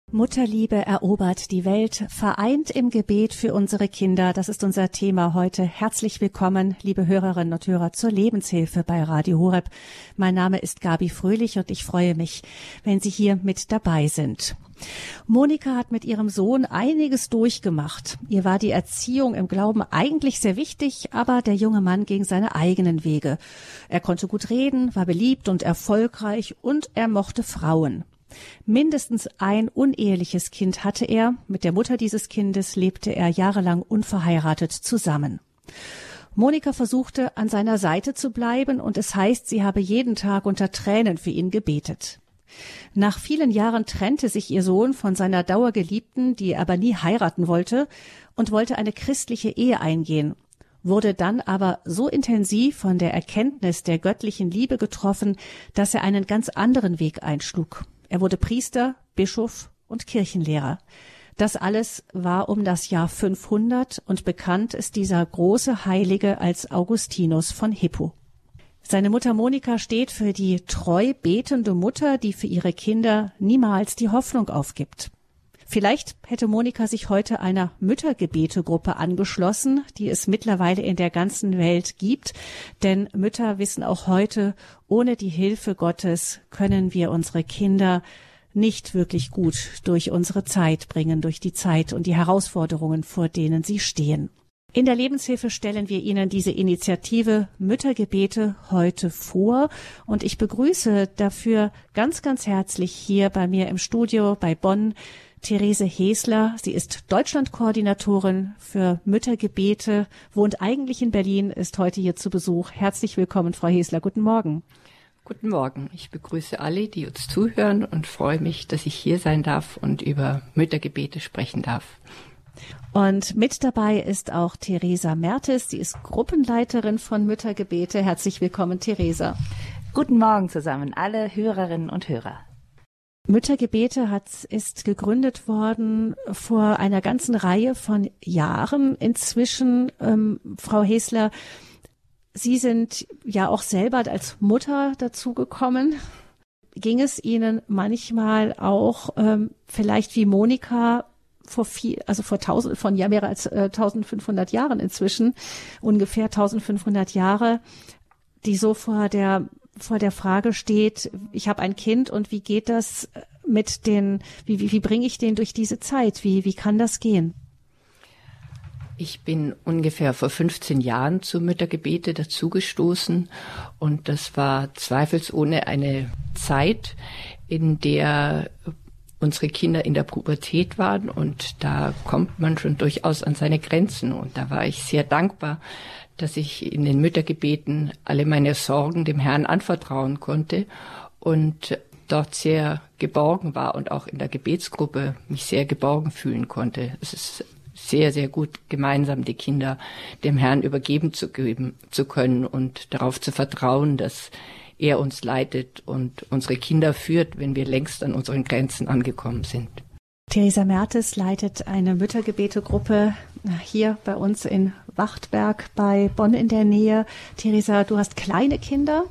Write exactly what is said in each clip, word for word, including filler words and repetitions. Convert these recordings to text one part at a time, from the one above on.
Mutterliebe erobert die Welt, vereint im Gebet für unsere Kinder. Das ist unser Thema heute. Herzlich willkommen, liebe Hörerinnen und Hörer, zur Lebenshilfe bei Radio Horeb. Mein Name ist Gabi Fröhlich und ich freue mich, wenn Sie hier mit dabei sind. Monika hat mit ihrem Sohn einiges durchgemacht. Ihr war die Erziehung im Glauben eigentlich sehr wichtig, aber der junge Mann ging seine eigenen Wege. Er konnte gut reden, war beliebt und erfolgreich und er mochte Frauen. Mindestens ein uneheliches Kind hatte er. Mit der Mutter dieses Kindes lebte er jahrelang unverheiratet zusammen. Monika versuchte, an seiner Seite zu bleiben und es heißt, sie habe jeden Tag unter Tränen für ihn gebetet. Nach vielen Jahren trennte sich ihr Sohn von seiner Dauergeliebten, die er aber nie heiraten wollte, und wollte eine christliche Ehe eingehen, wurde dann aber so intensiv von der Erkenntnis der göttlichen Liebe getroffen, dass er einen ganz anderen Weg einschlug. Er wurde Priester, Bischof und Kirchenlehrer. Das alles war um das Jahr fünfhundert und bekannt ist dieser große Heilige als Augustinus von Hippo. Seine Mutter Monika steht für die treu betende Mutter, die für ihre Kinder niemals die Hoffnung aufgibt. Vielleicht hätte Monika sich heute einer Müttergebetegruppe angeschlossen, die es mittlerweile in der ganzen Welt gibt. Denn Mütter wissen auch heute, ohne die Hilfe Gottes können wir unsere Kinder nicht wirklich gut durch unsere Zeit bringen, durch die Zeit und die Herausforderungen, vor denen sie stehen. In der Lebenshilfe stellen wir Ihnen diese Initiative Müttergebete heute vor und ich begrüße dafür ganz, ganz herzlich hier bei mir im Studio bei Bonn Therese Hesler. Sie ist Deutschlandkoordinatorin für Müttergebete, wohnt eigentlich in Berlin, ist heute hier zu Besuch. Herzlich willkommen, Frau Hesler. Guten Morgen. Guten Morgen. Ich begrüße alle, die uns zuhören und freue mich, dass ich hier sein darf und über Müttergebete sprechen darf. Und mit dabei ist auch Theresa Mertes. Sie ist Gruppenleiterin von Müttergebete. Herzlich willkommen, Theresa. Guten Morgen zusammen, alle Hörerinnen und Hörer. Müttergebete hat, ist gegründet worden vor einer ganzen Reihe von Jahren. Inzwischen, ähm, Frau Hesler, Sie sind ja auch selber als Mutter dazugekommen. Ging es Ihnen manchmal auch ähm, vielleicht wie Monika vor viel, also vor tausend, von ja mehr als äh, eintausendfünfhundert Jahren inzwischen, ungefähr eintausendfünfhundert Jahre, die so vor der vor der Frage steht, ich habe ein Kind und wie geht das mit den, wie, wie, wie bringe ich den durch diese Zeit? Wie, wie kann das gehen? Ich bin ungefähr vor fünfzehn Jahren zu Müttergebete dazugestoßen und das war zweifelsohne eine Zeit, in der unsere Kinder in der Pubertät waren und da kommt man schon durchaus an seine Grenzen und da war ich sehr dankbar, dass ich in den Müttergebeten alle meine Sorgen dem Herrn anvertrauen konnte und dort sehr geborgen war und auch in der Gebetsgruppe mich sehr geborgen fühlen konnte. Es ist sehr, sehr gut, gemeinsam die Kinder dem Herrn übergeben zu geben, zu können und darauf zu vertrauen, dass er uns leitet und unsere Kinder führt, wenn wir längst an unseren Grenzen angekommen sind. Theresa Mertes leitet eine Müttergebetegruppe hier bei uns in Wachtberg bei Bonn in der Nähe. Theresa, du hast kleine Kinder.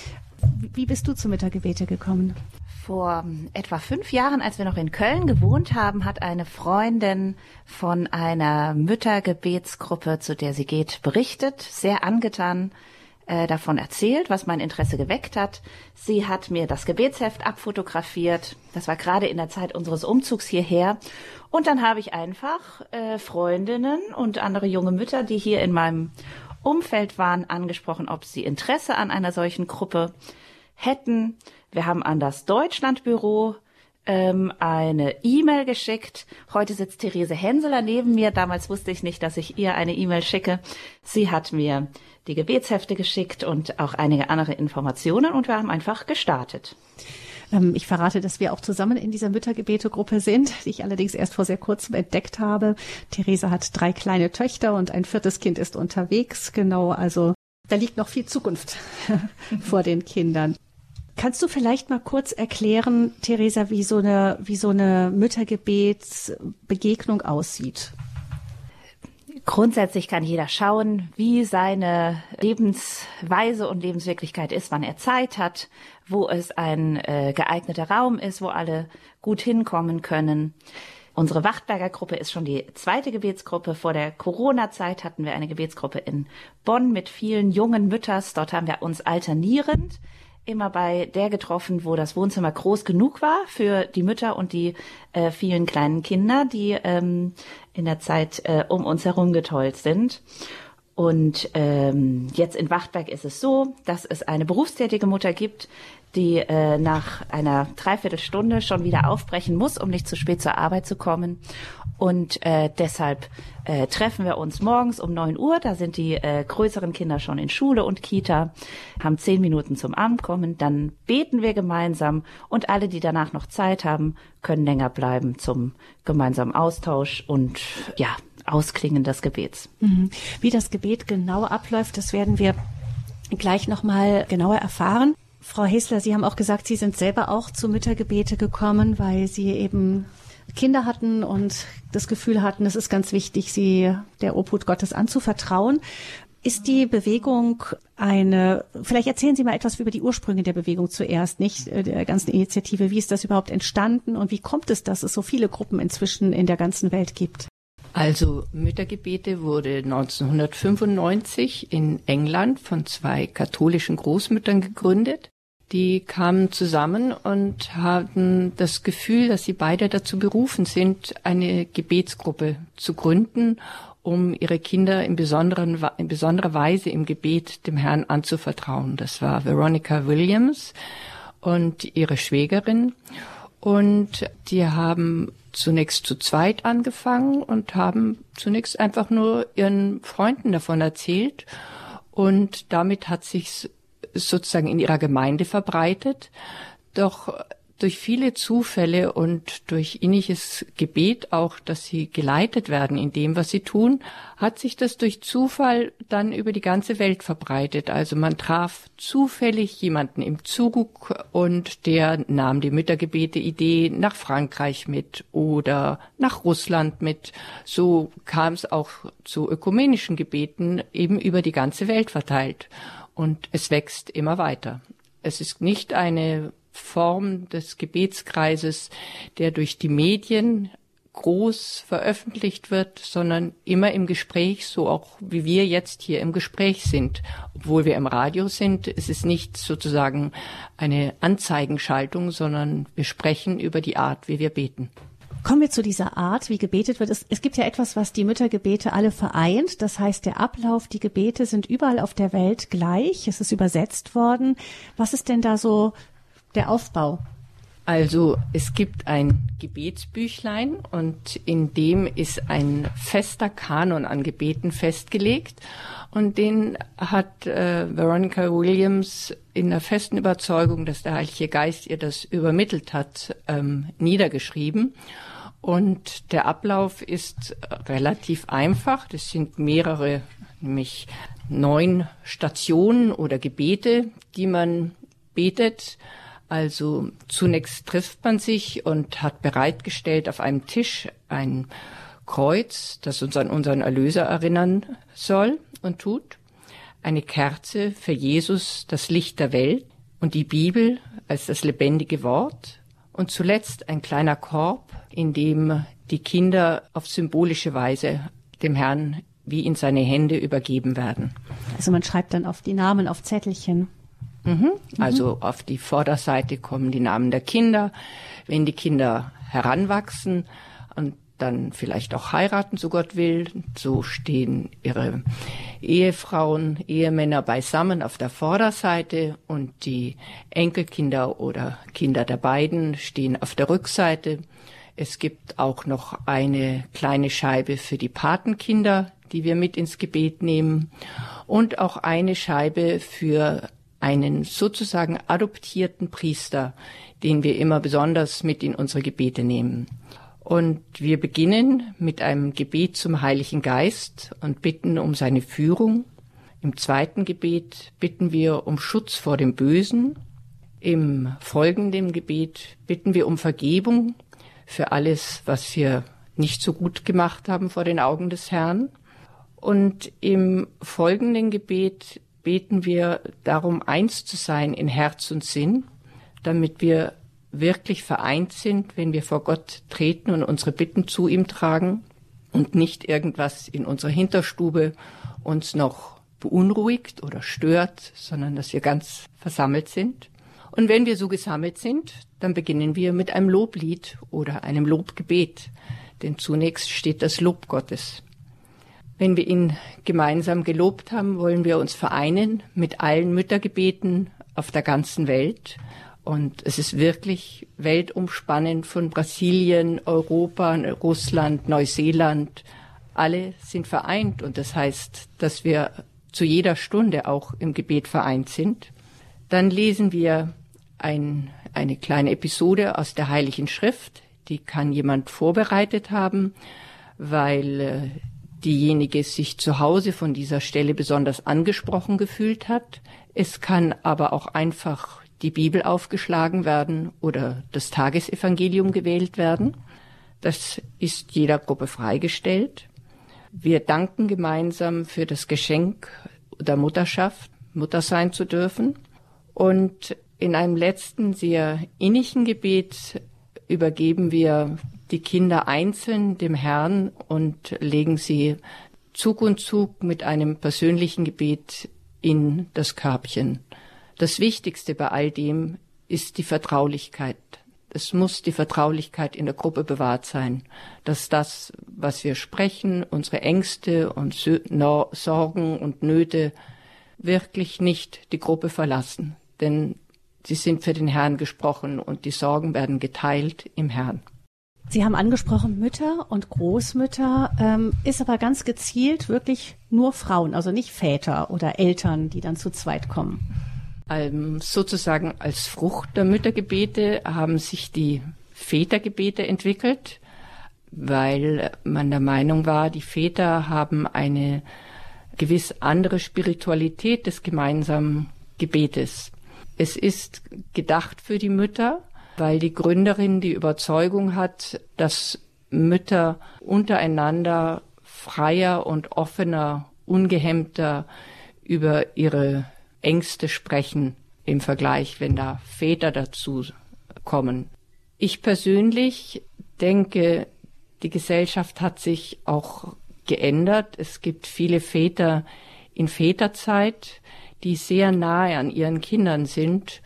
Wie bist du zu Müttergebete gekommen? Vor etwa fünf Jahren, als wir noch in Köln gewohnt haben, hat eine Freundin von einer Müttergebetsgruppe, zu der sie geht, berichtet, sehr angetan äh, davon erzählt, was mein Interesse geweckt hat. Sie hat mir das Gebetsheft abfotografiert. Das war gerade in der Zeit unseres Umzugs hierher. Und dann habe ich einfach äh, Freundinnen und andere junge Mütter, die hier in meinem Umfeld waren, angesprochen, ob sie Interesse an einer solchen Gruppe hätten. Wir haben an das Deutschlandbüro ähm, eine E-Mail geschickt. Heute sitzt Therese Henseler neben mir. Damals wusste ich nicht, dass ich ihr eine E-Mail schicke. Sie hat mir die Gebetshefte geschickt und auch einige andere Informationen und wir haben einfach gestartet. Ich verrate, dass wir auch zusammen in dieser Müttergebetegruppe sind, die ich allerdings erst vor sehr kurzem entdeckt habe. Theresa hat drei kleine Töchter und ein viertes Kind ist unterwegs. Genau, also da liegt noch viel Zukunft vor den Kindern. Kannst du vielleicht mal kurz erklären, Theresa, wie so eine, wie so eine Müttergebetsbegegnung aussieht? Grundsätzlich kann jeder schauen, wie seine Lebensweise und Lebenswirklichkeit ist, wann er Zeit hat, wo es ein äh, geeigneter Raum ist, wo alle gut hinkommen können. Unsere Wachtberger Gruppe ist schon die zweite Gebetsgruppe. Vor der Corona-Zeit hatten wir eine Gebetsgruppe in Bonn mit vielen jungen Müttern. Dort haben wir uns alternierend immer bei der getroffen, wo das Wohnzimmer groß genug war für die Mütter und die äh, vielen kleinen Kinder, die ähm, in der Zeit äh, um uns herum getollt sind. Und ähm, jetzt in Wachtberg ist es so, dass es eine berufstätige Mutter gibt, die äh, nach einer Dreiviertelstunde schon wieder aufbrechen muss, um nicht zu spät zur Arbeit zu kommen. Und äh, deshalb äh, treffen wir uns morgens um neun Uhr. Da sind die äh, größeren Kinder schon in Schule und Kita, haben zehn Minuten zum Abend kommen. Dann beten wir gemeinsam und alle, die danach noch Zeit haben, können länger bleiben zum gemeinsamen Austausch und ja, Ausklingen des Gebets. Mhm. Wie das Gebet genau abläuft, das werden wir gleich nochmal genauer erfahren. Frau Hesler, Sie haben auch gesagt, Sie sind selber auch zu Müttergebete gekommen, weil Sie eben Kinder hatten und das Gefühl hatten, es ist ganz wichtig, sie der Obhut Gottes anzuvertrauen. Ist die Bewegung eine, vielleicht erzählen Sie mal etwas über die Ursprünge der Bewegung zuerst, nicht der ganzen Initiative. Wie ist das überhaupt entstanden und wie kommt es, dass es so viele Gruppen inzwischen in der ganzen Welt gibt? Also Müttergebete wurde neunzehnhundertfünfundneunzig in England von zwei katholischen Großmüttern gegründet. Die kamen zusammen und hatten das Gefühl, dass sie beide dazu berufen sind, eine Gebetsgruppe zu gründen, um ihre Kinder in, besonderen, in besonderer Weise im Gebet dem Herrn anzuvertrauen. Das war Veronica Williams und ihre Schwägerin. Und die haben zunächst zu zweit angefangen und haben zunächst einfach nur ihren Freunden davon erzählt. Und damit hat sich sozusagen in ihrer Gemeinde verbreitet. Doch durch viele Zufälle und durch inniges Gebet auch, dass sie geleitet werden in dem, was sie tun, hat sich das durch Zufall dann über die ganze Welt verbreitet. Also man traf zufällig jemanden im Zug und der nahm die Müttergebete-Idee nach Frankreich mit oder nach Russland mit. So kam es auch zu ökumenischen Gebeten eben über die ganze Welt verteilt. Und es wächst immer weiter. Es ist nicht eine Form des Gebetskreises, der durch die Medien groß veröffentlicht wird, sondern immer im Gespräch, so auch wie wir jetzt hier im Gespräch sind. Obwohl wir im Radio sind, es ist nicht sozusagen eine Anzeigenschaltung, sondern wir sprechen über die Art, wie wir beten. Kommen wir zu dieser Art, wie gebetet wird. Es, es gibt ja etwas, was die Müttergebete alle vereint. Das heißt, der Ablauf, die Gebete sind überall auf der Welt gleich. Es ist übersetzt worden. Was ist denn da so der Aufbau? Also es gibt ein Gebetsbüchlein und in dem ist ein fester Kanon an Gebeten festgelegt und den hat äh, Veronica Williams in der festen Überzeugung, dass der Heilige Geist ihr das übermittelt hat, ähm, niedergeschrieben. Und der Ablauf ist relativ einfach. Das sind mehrere, nämlich neun Stationen oder Gebete, die man betet. Also zunächst trifft man sich und hat bereitgestellt auf einem Tisch ein Kreuz, das uns an unseren Erlöser erinnern soll und tut, eine Kerze für Jesus, das Licht der Welt, und die Bibel als das lebendige Wort und zuletzt ein kleiner Korb, in dem die Kinder auf symbolische Weise dem Herrn wie in seine Hände übergeben werden. Also man schreibt dann auf die Namen auf Zettelchen. Mhm. Also mhm. auf die Vorderseite kommen die Namen der Kinder. Wenn die Kinder heranwachsen und dann vielleicht auch heiraten, so Gott will, so stehen ihre Ehefrauen, Ehemänner beisammen auf der Vorderseite und die Enkelkinder oder Kinder der beiden stehen auf der Rückseite. Es gibt auch noch eine kleine Scheibe für die Patenkinder, die wir mit ins Gebet nehmen, und auch eine Scheibe für einen sozusagen adoptierten Priester, den wir immer besonders mit in unsere Gebete nehmen. Und wir beginnen mit einem Gebet zum Heiligen Geist und bitten um seine Führung. Im zweiten Gebet bitten wir um Schutz vor dem Bösen. Im folgenden Gebet bitten wir um Vergebung für alles, was wir nicht so gut gemacht haben vor den Augen des Herrn. Und im folgenden Gebet beten wir darum, eins zu sein in Herz und Sinn, damit wir wirklich vereint sind, wenn wir vor Gott treten und unsere Bitten zu ihm tragen und nicht irgendwas in unserer Hinterstube uns noch beunruhigt oder stört, sondern dass wir ganz versammelt sind. Und wenn wir so gesammelt sind, dann beginnen wir mit einem Loblied oder einem Lobgebet, denn zunächst steht das Lob Gottes. Wenn wir ihn gemeinsam gelobt haben, wollen wir uns vereinen mit allen Müttergebeten auf der ganzen Welt. Und es ist wirklich weltumspannend von Brasilien, Europa, Russland, Neuseeland. Alle sind vereint und das heißt, dass wir zu jeder Stunde auch im Gebet vereint sind. Dann lesen wir ein, eine kleine Episode aus der Heiligen Schrift. Die kann jemand vorbereitet haben, weil äh, diejenige sich zu Hause von dieser Stelle besonders angesprochen gefühlt hat. Es kann aber auch einfach die Bibel aufgeschlagen werden oder das Tagesevangelium gewählt werden. Das ist jeder Gruppe freigestellt. Wir danken gemeinsam für das Geschenk der Mutterschaft, Mutter sein zu dürfen. Und in einem letzten, sehr innigen Gebet übergeben wir die Kinder einzeln dem Herrn und legen sie Zug um Zug mit einem persönlichen Gebet in das Körbchen. Das Wichtigste bei all dem ist die Vertraulichkeit. Es muss die Vertraulichkeit in der Gruppe bewahrt sein, dass das, was wir sprechen, unsere Ängste und Sorgen und Nöte wirklich nicht die Gruppe verlassen. Denn sie sind für den Herrn gesprochen und die Sorgen werden geteilt im Herrn. Sie haben angesprochen Mütter und Großmütter, ähm, ist aber ganz gezielt wirklich nur Frauen, also nicht Väter oder Eltern, die dann zu zweit kommen. Ähm, sozusagen als Frucht der Müttergebete haben sich die Vätergebete entwickelt, weil man der Meinung war, die Väter haben eine gewiss andere Spiritualität des gemeinsamen Gebetes. Es ist gedacht für die Mütter, weil die Gründerin die Überzeugung hat, dass Mütter untereinander freier und offener, ungehemmter über ihre Ängste sprechen im Vergleich, wenn da Väter dazu kommen. Ich persönlich denke, die Gesellschaft hat sich auch geändert. Es gibt viele Väter in Väterzeit, die sehr nahe an ihren Kindern sind.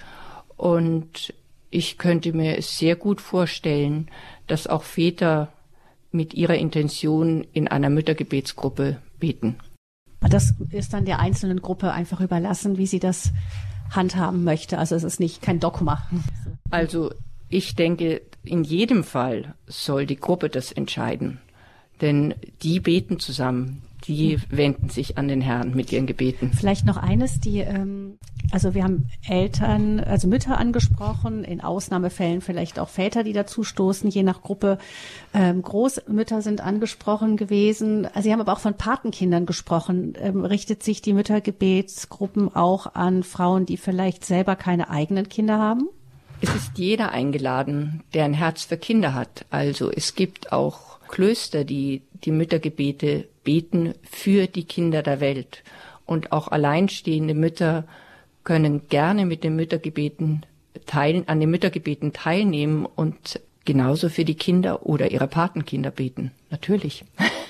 Und ich könnte mir sehr gut vorstellen, dass auch Väter mit ihrer Intention in einer Müttergebetsgruppe beten. Das ist dann der einzelnen Gruppe einfach überlassen, wie sie das handhaben möchte. Also es ist nicht kein Dogma. Also ich denke, in jedem Fall soll die Gruppe das entscheiden. Denn die beten zusammen, die wenden sich an den Herrn mit ihren Gebeten. Vielleicht noch eines, die, ähm, also wir haben Eltern, also Mütter angesprochen, in Ausnahmefällen vielleicht auch Väter, die dazu stoßen, je nach Gruppe. Ähm, Großmütter sind angesprochen gewesen. Also Sie haben aber auch von Patenkindern gesprochen. Ähm, richtet sich die Müttergebetsgruppen auch an Frauen, die vielleicht selber keine eigenen Kinder haben? Es ist jeder eingeladen, der ein Herz für Kinder hat. Also es gibt auch Klöster, die die Müttergebete beten für die Kinder der Welt. Und auch alleinstehende Mütter können gerne mit den Müttergebeten teilen, an den Müttergebeten teilnehmen und genauso für die Kinder oder ihre Patenkinder beten. Natürlich.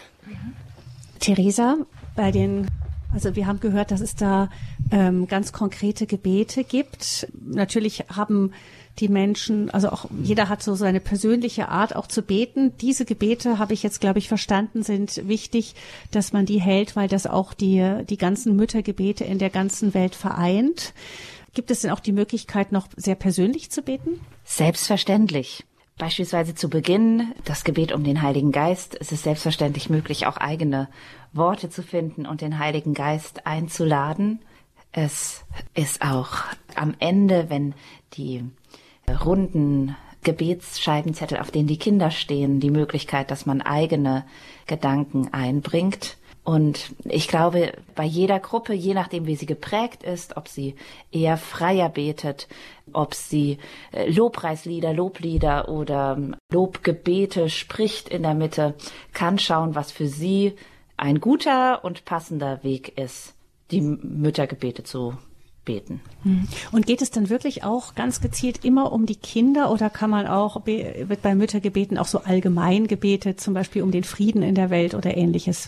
Theresa, bei den, also wir haben gehört, dass es da ähm, ganz konkrete Gebete gibt. Natürlich haben die Menschen, also auch jeder hat so seine persönliche Art auch zu beten. Diese Gebete, habe ich jetzt, glaube ich, verstanden, sind wichtig, dass man die hält, weil das auch die, die ganzen Müttergebete in der ganzen Welt vereint. Gibt es denn auch die Möglichkeit, noch sehr persönlich zu beten? Selbstverständlich. Beispielsweise zu Beginn das Gebet um den Heiligen Geist. Es ist selbstverständlich möglich, auch eigene Worte zu finden und den Heiligen Geist einzuladen. Es ist auch am Ende, wenn die runden Gebetsscheibenzettel, auf denen die Kinder stehen, die Möglichkeit, dass man eigene Gedanken einbringt. Und ich glaube, bei jeder Gruppe, je nachdem, wie sie geprägt ist, ob sie eher freier betet, ob sie Lobpreislieder, Loblieder oder Lobgebete spricht in der Mitte, kann schauen, was für sie ein guter und passender Weg ist, die Müttergebete zu beten. Und geht es dann wirklich auch ganz gezielt immer um die Kinder oder kann man auch, wird bei Müttergebeten auch so allgemein gebetet, zum Beispiel um den Frieden in der Welt oder Ähnliches?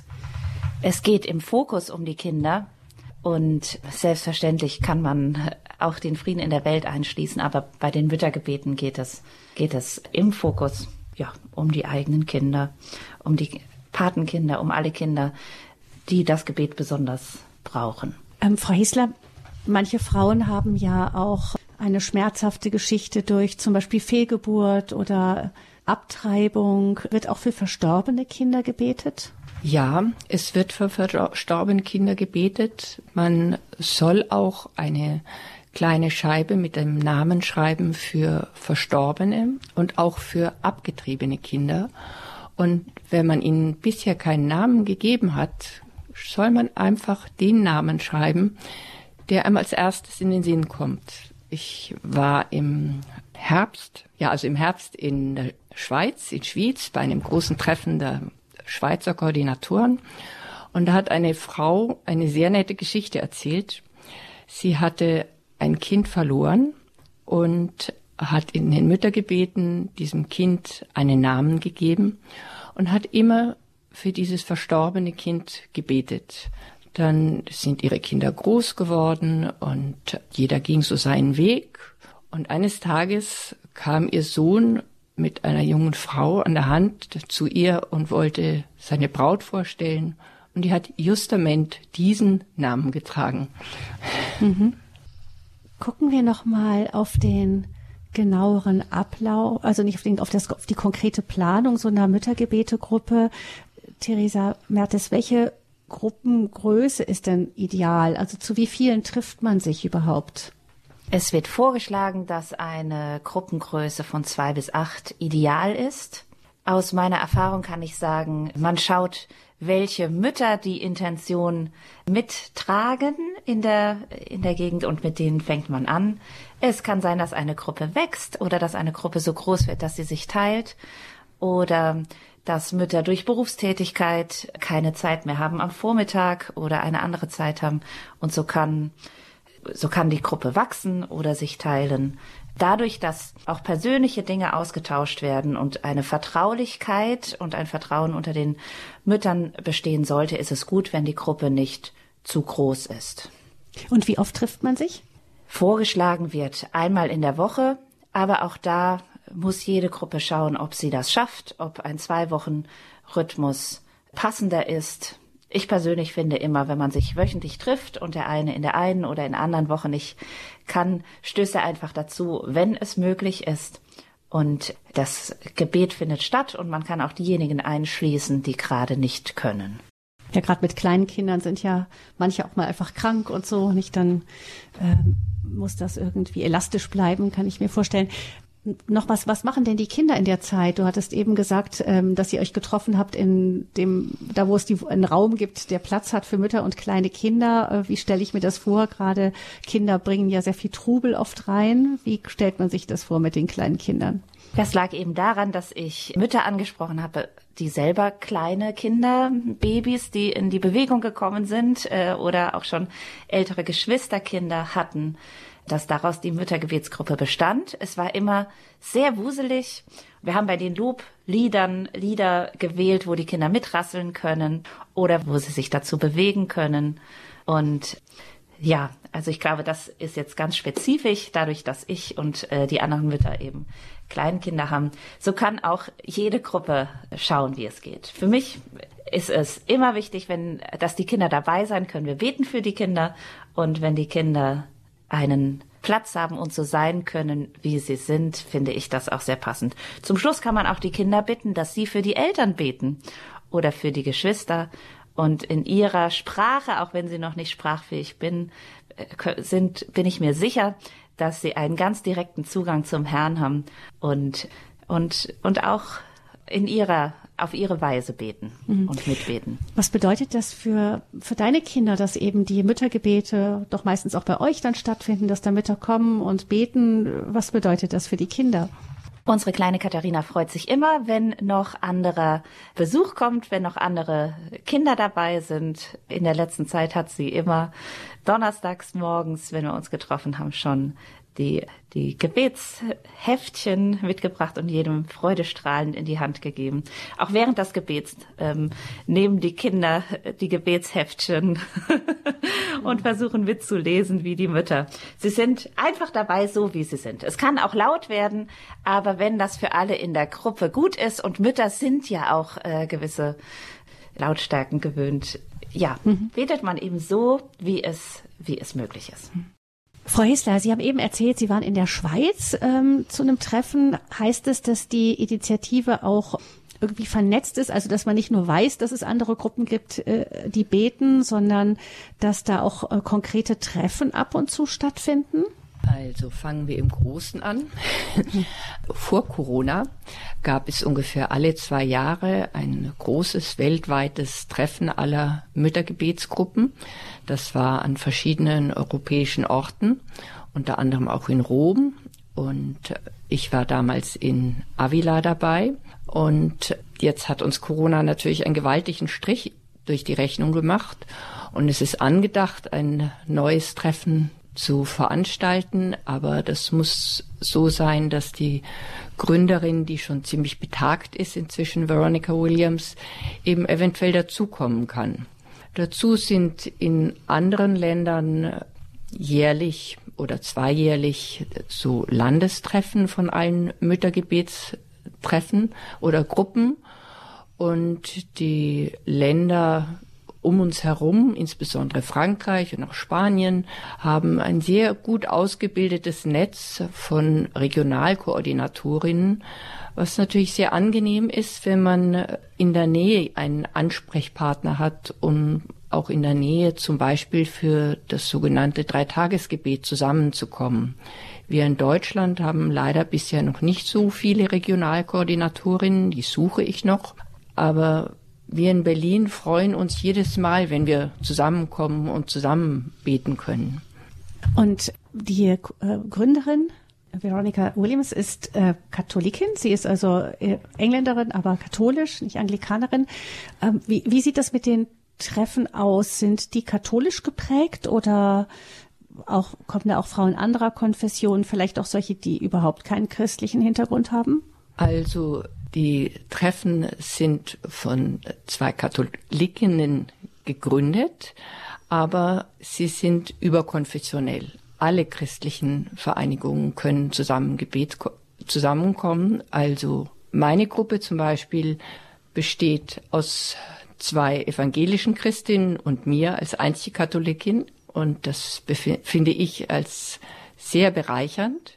Es geht im Fokus um die Kinder und selbstverständlich kann man auch den Frieden in der Welt einschließen, aber bei den Müttergebeten geht es, geht es im Fokus, ja, um die eigenen Kinder, um die Patenkinder, um alle Kinder, die das Gebet besonders brauchen. Ähm, Frau Hesler, manche Frauen haben ja auch eine schmerzhafte Geschichte durch zum Beispiel Fehlgeburt oder Abtreibung. Wird auch für verstorbene Kinder gebetet? Ja, es wird für verstorbene Kinder gebetet. Man soll auch eine kleine Scheibe mit dem Namen schreiben für Verstorbene und auch für abgetriebene Kinder. Und wenn man ihnen bisher keinen Namen gegeben hat, soll man einfach den Namen schreiben, der einem als erstes in den Sinn kommt. Ich war im Herbst, ja, also im Herbst in der Schweiz, in Schwyz, bei einem großen Treffen der Schweizer Koordinatoren. Und da hat eine Frau eine sehr nette Geschichte erzählt. Sie hatte ein Kind verloren und hat in den Müttergebeten diesem Kind einen Namen gegeben und hat immer für dieses verstorbene Kind gebetet. Dann sind ihre Kinder groß geworden und jeder ging so seinen Weg. Und eines Tages kam ihr Sohn mit einer jungen Frau an der Hand zu ihr und wollte seine Braut vorstellen. Und die hat justament diesen Namen getragen. Mhm. Gucken wir noch mal auf den genaueren Ablauf, also nicht auf, den, auf, das, auf die konkrete Planung so einer Müttergebetegruppe. Theresa Mertes, welche Gruppengröße ist denn ideal? Also zu wie vielen trifft man sich überhaupt? Es wird vorgeschlagen, dass eine Gruppengröße von zwei bis acht ideal ist. Aus meiner Erfahrung kann ich sagen, man schaut, welche Mütter die Intention mittragen in der, in der Gegend und mit denen fängt man an. Es kann sein, dass eine Gruppe wächst oder dass eine Gruppe so groß wird, dass sie sich teilt oder dass Mütter durch Berufstätigkeit keine Zeit mehr haben am Vormittag oder eine andere Zeit haben und so kann, so kann die Gruppe wachsen oder sich teilen. Dadurch, dass auch persönliche Dinge ausgetauscht werden und eine Vertraulichkeit und ein Vertrauen unter den Müttern bestehen sollte, ist es gut, wenn die Gruppe nicht zu groß ist. Und wie oft trifft man sich? Vorgeschlagen wird einmal in der Woche, aber auch da muss jede Gruppe schauen, ob sie das schafft, ob ein Zwei-Wochen-Rhythmus passender ist. Ich persönlich finde immer, wenn man sich wöchentlich trifft und der eine in der einen oder in der anderen Woche nicht kann, stößt er einfach dazu, wenn es möglich ist. Und das Gebet findet statt und man kann auch diejenigen einschließen, die gerade nicht können. Ja, gerade mit kleinen Kindern sind ja manche auch mal einfach krank und so. Nicht dann äh, muss das irgendwie elastisch bleiben, kann ich mir vorstellen. Noch was, was machen denn die Kinder in der Zeit? Du hattest eben gesagt, ähm, dass ihr euch getroffen habt in dem, da wo es die, einen Raum gibt, der Platz hat für Mütter und kleine Kinder. Äh, wie stelle ich mir das vor? Gerade Kinder bringen ja sehr viel Trubel oft rein. Wie stellt man sich das vor mit den kleinen Kindern? Das lag eben daran, dass ich Mütter angesprochen habe, die selber kleine Kinder, Babys, die in die Bewegung gekommen sind äh, oder auch schon ältere Geschwisterkinder hatten, dass daraus die Müttergebetsgruppe bestand. Es war immer sehr wuselig. Wir haben bei den Lobliedern Lieder gewählt, wo die Kinder mitrasseln können oder wo sie sich dazu bewegen können. Und ja, also ich glaube, das ist jetzt ganz spezifisch, dadurch, dass ich und äh, die anderen Mütter eben Kleinkinder haben. So kann auch jede Gruppe schauen, wie es geht. Für mich ist es immer wichtig, wenn, dass die Kinder dabei sein können. Wir beten für die Kinder und wenn die Kinder einen Platz haben und so sein können, wie sie sind, finde ich das auch sehr passend. Zum Schluss kann man auch die Kinder bitten, dass sie für die Eltern beten oder für die Geschwister und in ihrer Sprache, auch wenn sie noch nicht sprachfähig bin, sind, bin ich mir sicher, dass sie einen ganz direkten Zugang zum Herrn haben und, und, und auch in ihrer auf ihre Weise beten mhm. und mitbeten. Was bedeutet das für, für deine Kinder, dass eben die Müttergebete doch meistens auch bei euch dann stattfinden, dass da Mütter kommen und beten? Was bedeutet das für die Kinder? Unsere kleine Katharina freut sich immer, wenn noch anderer Besuch kommt, wenn noch andere Kinder dabei sind. In der letzten Zeit hat sie immer donnerstags morgens, wenn wir uns getroffen haben, schon die, die Gebetsheftchen mitgebracht und jedem freudestrahlend in die Hand gegeben. Auch während des Gebets ähm, nehmen die Kinder die Gebetsheftchen und versuchen mitzulesen wie die Mütter. Sie sind einfach dabei, so wie sie sind. Es kann auch laut werden, aber wenn das für alle in der Gruppe gut ist, und Mütter sind ja auch äh, gewisse Lautstärken gewöhnt, ja, mhm. betet man eben so, wie es, wie es möglich ist. Frau Hesler, Sie haben eben erzählt, Sie waren in der Schweiz ähm, zu einem Treffen. Heißt es, dass die Initiative auch irgendwie vernetzt ist, also dass man nicht nur weiß, dass es andere Gruppen gibt, äh, die beten, sondern dass da auch äh, konkrete Treffen ab und zu stattfinden? Also fangen wir im Großen an. Vor Corona gab es ungefähr alle zwei Jahre ein großes weltweites Treffen aller Müttergebetsgruppen. Das war an verschiedenen europäischen Orten, unter anderem auch in Rom. Und ich war damals in Avila dabei. Und jetzt hat uns Corona natürlich einen gewaltigen Strich durch die Rechnung gemacht. Und es ist angedacht, ein neues Treffen zu veranstalten, aber das muss so sein, dass die Gründerin, die schon ziemlich betagt ist, inzwischen Veronica Williams, eben eventuell dazukommen kann. Dazu sind in anderen Ländern jährlich oder zweijährlich so Landestreffen von allen Müttergebetstreffen oder Gruppen, und die Länder um uns herum, insbesondere Frankreich und auch Spanien, haben ein sehr gut ausgebildetes Netz von Regionalkoordinatorinnen, was natürlich sehr angenehm ist, wenn man in der Nähe einen Ansprechpartner hat, um auch in der Nähe zum Beispiel für das sogenannte Dreitagesgebet zusammenzukommen. Wir in Deutschland haben leider bisher noch nicht so viele Regionalkoordinatorinnen, die suche ich noch, aber wir in Berlin freuen uns jedes Mal, wenn wir zusammenkommen und zusammen beten können. Und die äh, Gründerin, Veronica Williams, ist äh, Katholikin. Sie ist also äh, Engländerin, aber katholisch, nicht Anglikanerin. Ähm, wie, wie sieht das mit den Treffen aus? Sind die katholisch geprägt oder auch, kommen da auch Frauen anderer Konfessionen, vielleicht auch solche, die überhaupt keinen christlichen Hintergrund haben? Also die Treffen sind von zwei Katholikinnen gegründet, aber sie sind überkonfessionell. Alle christlichen Vereinigungen können zusammen Gebet zusammenkommen. Also meine Gruppe zum Beispiel besteht aus zwei evangelischen Christinnen und mir als einzige Katholikin, und das finde ich als sehr bereichernd.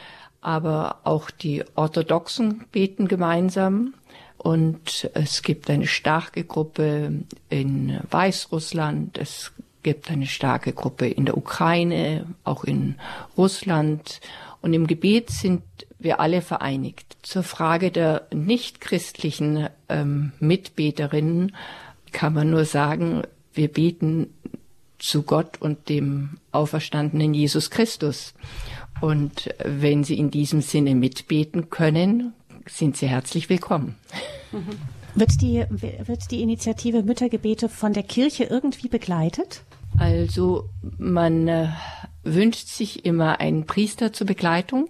Aber auch die Orthodoxen beten gemeinsam, und es gibt eine starke Gruppe in Weißrussland, es gibt eine starke Gruppe in der Ukraine, auch in Russland, und im Gebet sind wir alle vereinigt. Zur Frage der nichtchristlichen ähm, Mitbeterinnen kann man nur sagen, wir beten zu Gott und dem auferstandenen Jesus Christus. Und wenn Sie in diesem Sinne mitbeten können, sind Sie herzlich willkommen. Mhm. Wird die, wird die Initiative Müttergebete von der Kirche irgendwie begleitet? Also man äh, wünscht sich immer einen Priester zur Begleitung.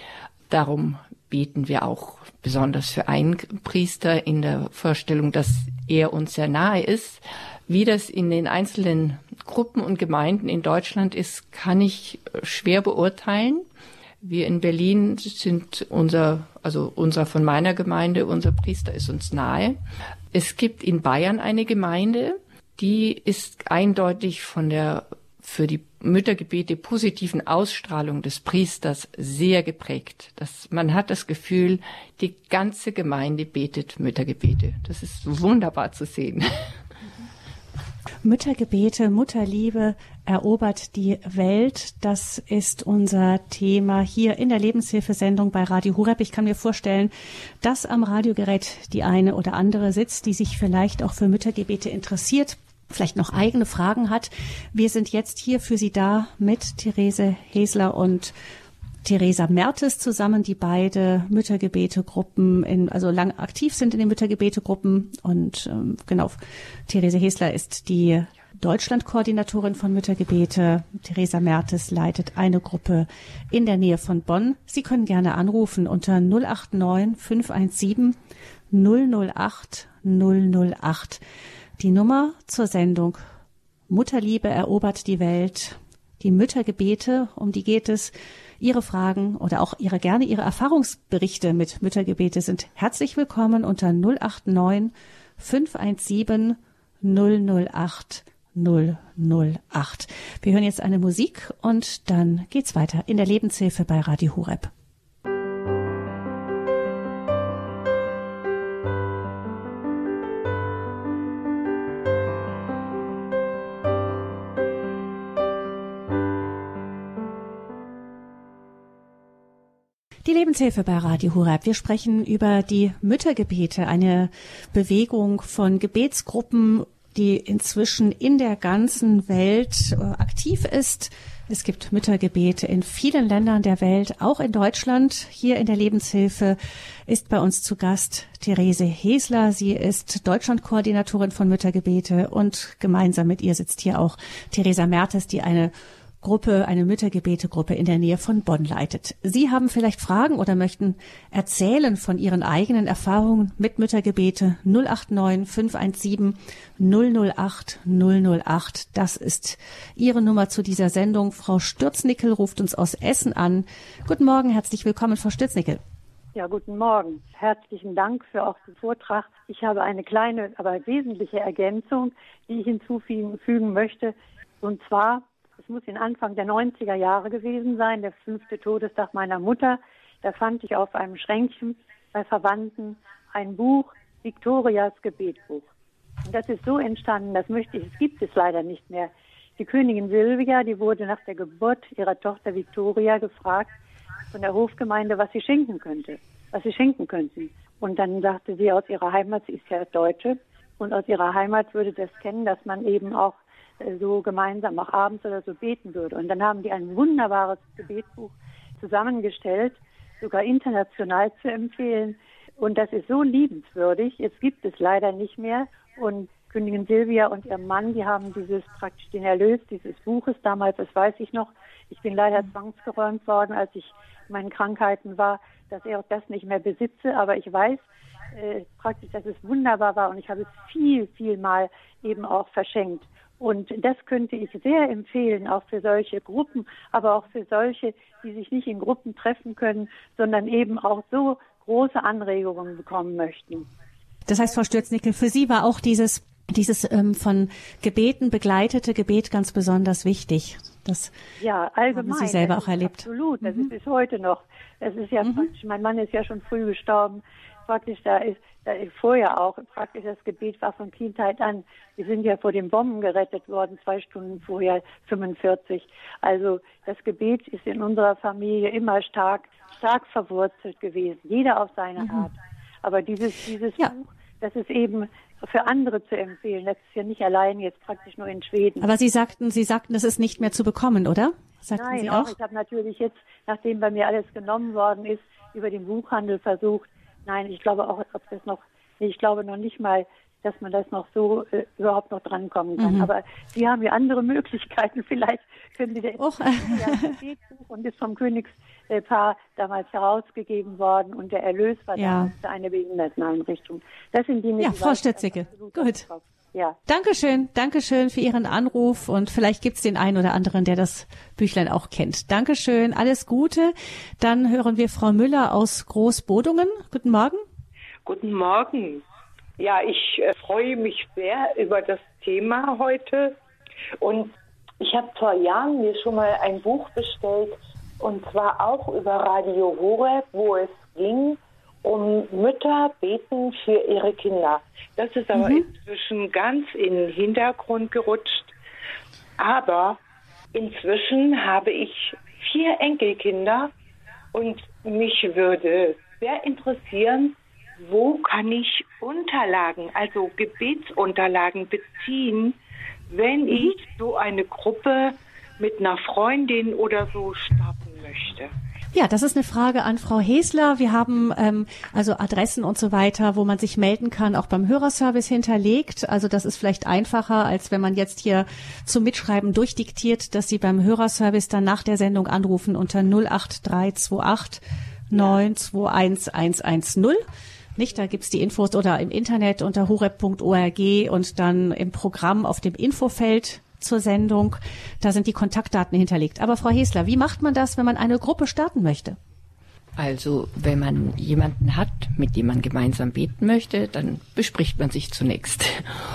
Darum beten wir auch besonders für einen Priester in der Vorstellung, dass er uns sehr nahe ist. Wie das in den einzelnen Gruppen und Gemeinden in Deutschland ist, kann ich schwer beurteilen. Wir in Berlin sind unser, also unser von meiner Gemeinde, unser Priester ist uns nahe. Es gibt in Bayern eine Gemeinde, die ist eindeutig von der für die Müttergebete positiven Ausstrahlung des Priesters sehr geprägt. Das, man hat das Gefühl, die ganze Gemeinde betet Müttergebete. Das ist wunderbar zu sehen. Müttergebete, Mutterliebe erobert die Welt. Das ist unser Thema hier in der Lebenshilfesendung bei Radio Horeb. Ich kann mir vorstellen, dass am Radiogerät die eine oder andere sitzt, die sich vielleicht auch für Müttergebete interessiert, vielleicht noch eigene Fragen hat. Wir sind jetzt hier für Sie da mit Therese Hesler und Theresa Mertes zusammen, die beide Müttergebetegruppen in, also lang aktiv sind in den Müttergebetegruppen. Und ähm, genau, Therese Hesler ist die Deutschlandkoordinatorin von Müttergebete. Theresa Mertes leitet eine Gruppe in der Nähe von Bonn. Sie können gerne anrufen unter null acht neun fünf eins sieben null null acht null null acht. Die Nummer zur Sendung Mutterliebe erobert die Welt. Die Müttergebete, um die geht es. Ihre Fragen oder auch Ihre gerne Ihre Erfahrungsberichte mit Müttergebete sind herzlich willkommen unter null acht neun fünf eins sieben null null acht null null acht. Wir hören jetzt eine Musik und dann geht's weiter in der Lebenshilfe bei Radio Horeb. Die Lebenshilfe bei Radio Horeb. Wir sprechen über die Müttergebete, eine Bewegung von Gebetsgruppen, die inzwischen in der ganzen Welt äh, aktiv ist. Es gibt Müttergebete in vielen Ländern der Welt, auch in Deutschland. Hier in der Lebenshilfe ist bei uns zu Gast Therese Hesler. Sie ist Deutschlandkoordinatorin von Müttergebete und gemeinsam mit ihr sitzt hier auch Theresa Mertes, die eine Gruppe, eine Müttergebetegruppe in der Nähe von Bonn leitet. Sie haben vielleicht Fragen oder möchten erzählen von Ihren eigenen Erfahrungen mit Müttergebete. null acht neun fünf eins sieben null null acht null null acht. Das ist Ihre Nummer zu dieser Sendung. Frau Stürznickel ruft uns aus Essen an. Guten Morgen, herzlich willkommen, Frau Stürznickel. Ja, guten Morgen. Herzlichen Dank für auch den Vortrag. Ich habe eine kleine, aber wesentliche Ergänzung, die ich hinzufügen möchte. Und zwar, es muss in Anfang der neunziger Jahre gewesen sein, der fünfte Todestag meiner Mutter. Da fand ich auf einem Schränkchen bei Verwandten ein Buch, Victorias Gebetbuch. Und das ist so entstanden, das möchte ich, es gibt es leider nicht mehr. Die Königin Silvia, die wurde nach der Geburt ihrer Tochter Victoria gefragt von der Hofgemeinde, was sie schenken könnte, was sie schenken könnten. Und dann sagte sie aus ihrer Heimat, sie ist ja Deutsche, und aus ihrer Heimat würde das kennen, dass man eben auch so gemeinsam auch abends oder so beten würde. Und dann haben die ein wunderbares Gebetbuch zusammengestellt, sogar international zu empfehlen. Und das ist so liebenswürdig. Jetzt gibt es leider nicht mehr. Und Königin Silvia und ihr Mann, die haben dieses praktisch den Erlös dieses Buches damals, das weiß ich noch. Ich bin leider zwangsgeräumt worden, als ich in meinen Krankheiten war, dass er auch das nicht mehr besitze. Aber ich weiß äh, praktisch, dass es wunderbar war. Und ich habe es viel, viel mal eben auch verschenkt. Und das könnte ich sehr empfehlen, auch für solche Gruppen, aber auch für solche, die sich nicht in Gruppen treffen können, sondern eben auch so große Anregungen bekommen möchten. Das heißt, Frau Stürznickel, für Sie war auch dieses, dieses ähm, von Gebeten begleitete Gebet ganz besonders wichtig. Das ja, allgemein, haben Sie selber auch erlebt. Absolut, das mhm. ist bis heute noch. Das ist ja mhm. praktisch, mein Mann ist ja schon früh gestorben. Praktisch, da ist, da ist vorher auch, praktisch das Gebet war von Kindheit an. Wir sind ja vor den Bomben gerettet worden, zwei Stunden vorher, fünfundvierzig. Also das Gebet ist in unserer Familie immer stark, stark verwurzelt gewesen. Jeder auf seine mhm. Art. Aber dieses, dieses ja. Buch, das ist eben für andere zu empfehlen. Das ist ja nicht allein jetzt praktisch nur in Schweden. Aber Sie sagten, Sie sagten, das ist nicht mehr zu bekommen, oder? Sagten Nein, Sie auch. auch? Ich habe natürlich jetzt, nachdem bei mir alles genommen worden ist, über den Buchhandel versucht. Nein, ich glaube auch, ob das noch, ich glaube noch nicht mal, dass man das noch so äh, überhaupt noch drankommen kann. Mhm. Aber Sie haben ja andere Möglichkeiten. Vielleicht können Sie das oh. Gebetbuch und ist vom Königspaar damals herausgegeben worden und der Erlös war ja. damals für eine Behinderteneinrichtung. Das sind die Ja, Frau Stürznickel. Gut. Ja. Dankeschön, Dankeschön für Ihren Anruf und vielleicht gibt's den einen oder anderen, der das Büchlein auch kennt. Dankeschön, alles Gute. Dann hören wir Frau Müller aus Großbodungen. Guten Morgen. Guten Morgen. Ja, ich äh, freue mich sehr über das Thema heute und ich habe vor Jahren mir schon mal ein Buch bestellt und zwar auch über Radio Horeb, wo es ging um Mütter beten für ihre Kinder. Das ist aber mhm. inzwischen ganz in den Hintergrund gerutscht. Aber inzwischen habe ich vier Enkelkinder und mich würde sehr interessieren, wo kann ich Unterlagen, also Gebetsunterlagen beziehen, wenn mhm. ich so eine Gruppe mit einer Freundin oder so starten möchte. Ja, das ist eine Frage an Frau Hesler. Wir haben ähm, also Adressen und so weiter, wo man sich melden kann, auch beim Hörerservice hinterlegt. Also das ist vielleicht einfacher, als wenn man jetzt hier zum Mitschreiben durchdiktiert, dass Sie beim Hörerservice dann nach der Sendung anrufen unter null acht drei zwei acht neun zwei eins eins eins null. Nicht, da gibt's die Infos oder im Internet unter horeb punkt org und dann im Programm auf dem Infofeld zur Sendung. Da sind die Kontaktdaten hinterlegt. Aber Frau Hesler, wie macht man das, wenn man eine Gruppe starten möchte? Also, wenn man jemanden hat, mit dem man gemeinsam beten möchte, dann bespricht man sich zunächst.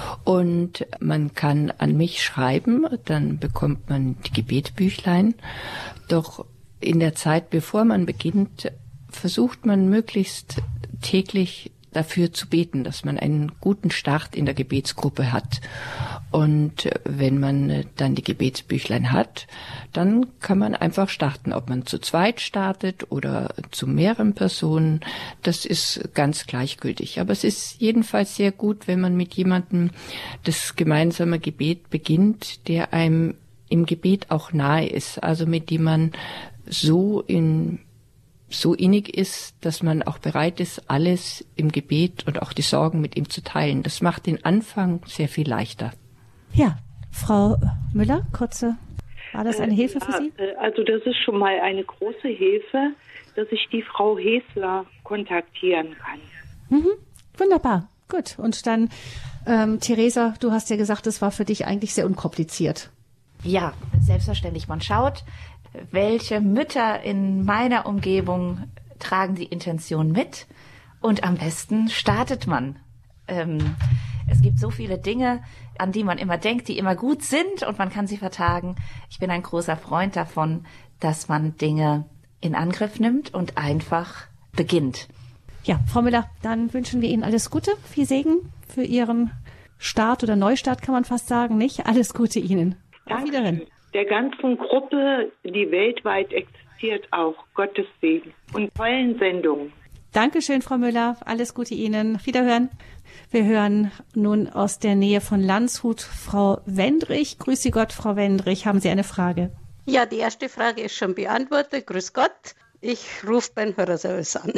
Und man kann an mich schreiben, dann bekommt man die Gebetbüchlein. Doch in der Zeit, bevor man beginnt, versucht man möglichst täglich dafür zu beten, dass man einen guten Start in der Gebetsgruppe hat. Und wenn man dann die Gebetsbüchlein hat, dann kann man einfach starten. Ob man zu zweit startet oder zu mehreren Personen, das ist ganz gleichgültig. Aber es ist jedenfalls sehr gut, wenn man mit jemandem das gemeinsame Gebet beginnt, der einem im Gebet auch nahe ist, also mit dem man so in so innig ist, dass man auch bereit ist, alles im Gebet und auch die Sorgen mit ihm zu teilen. Das macht den Anfang sehr viel leichter. Ja, Frau Müller, kurze, war das eine Hilfe für Sie? Also das ist schon mal eine große Hilfe, dass ich die Frau Hesler kontaktieren kann. Mhm, wunderbar, gut. Und dann, ähm, Theresa, du hast ja gesagt, das war für dich eigentlich sehr unkompliziert. Ja, selbstverständlich. Man schaut, welche Mütter in meiner Umgebung tragen die Intention mit und am besten startet man. Ähm, es gibt so viele Dinge, an die man immer denkt, die immer gut sind und man kann sie vertagen. Ich bin ein großer Freund davon, dass man Dinge in Angriff nimmt und einfach beginnt. Ja, Frau Müller, dann wünschen wir Ihnen alles Gute, viel Segen für Ihren Start oder Neustart, kann man fast sagen, nicht? Alles Gute Ihnen. Auf Wiedersehen. Der ganzen Gruppe, die weltweit existiert, auch Gottes Segen und tollen Sendungen. Dankeschön, Frau Müller. Alles Gute Ihnen. Auf Wiederhören. Wir hören nun aus der Nähe von Landshut Frau Wendrich. Grüße Gott, Frau Wendrich. Haben Sie eine Frage? Ja, die erste Frage ist schon beantwortet. Grüß Gott. Ich rufe beim Hörerservice an.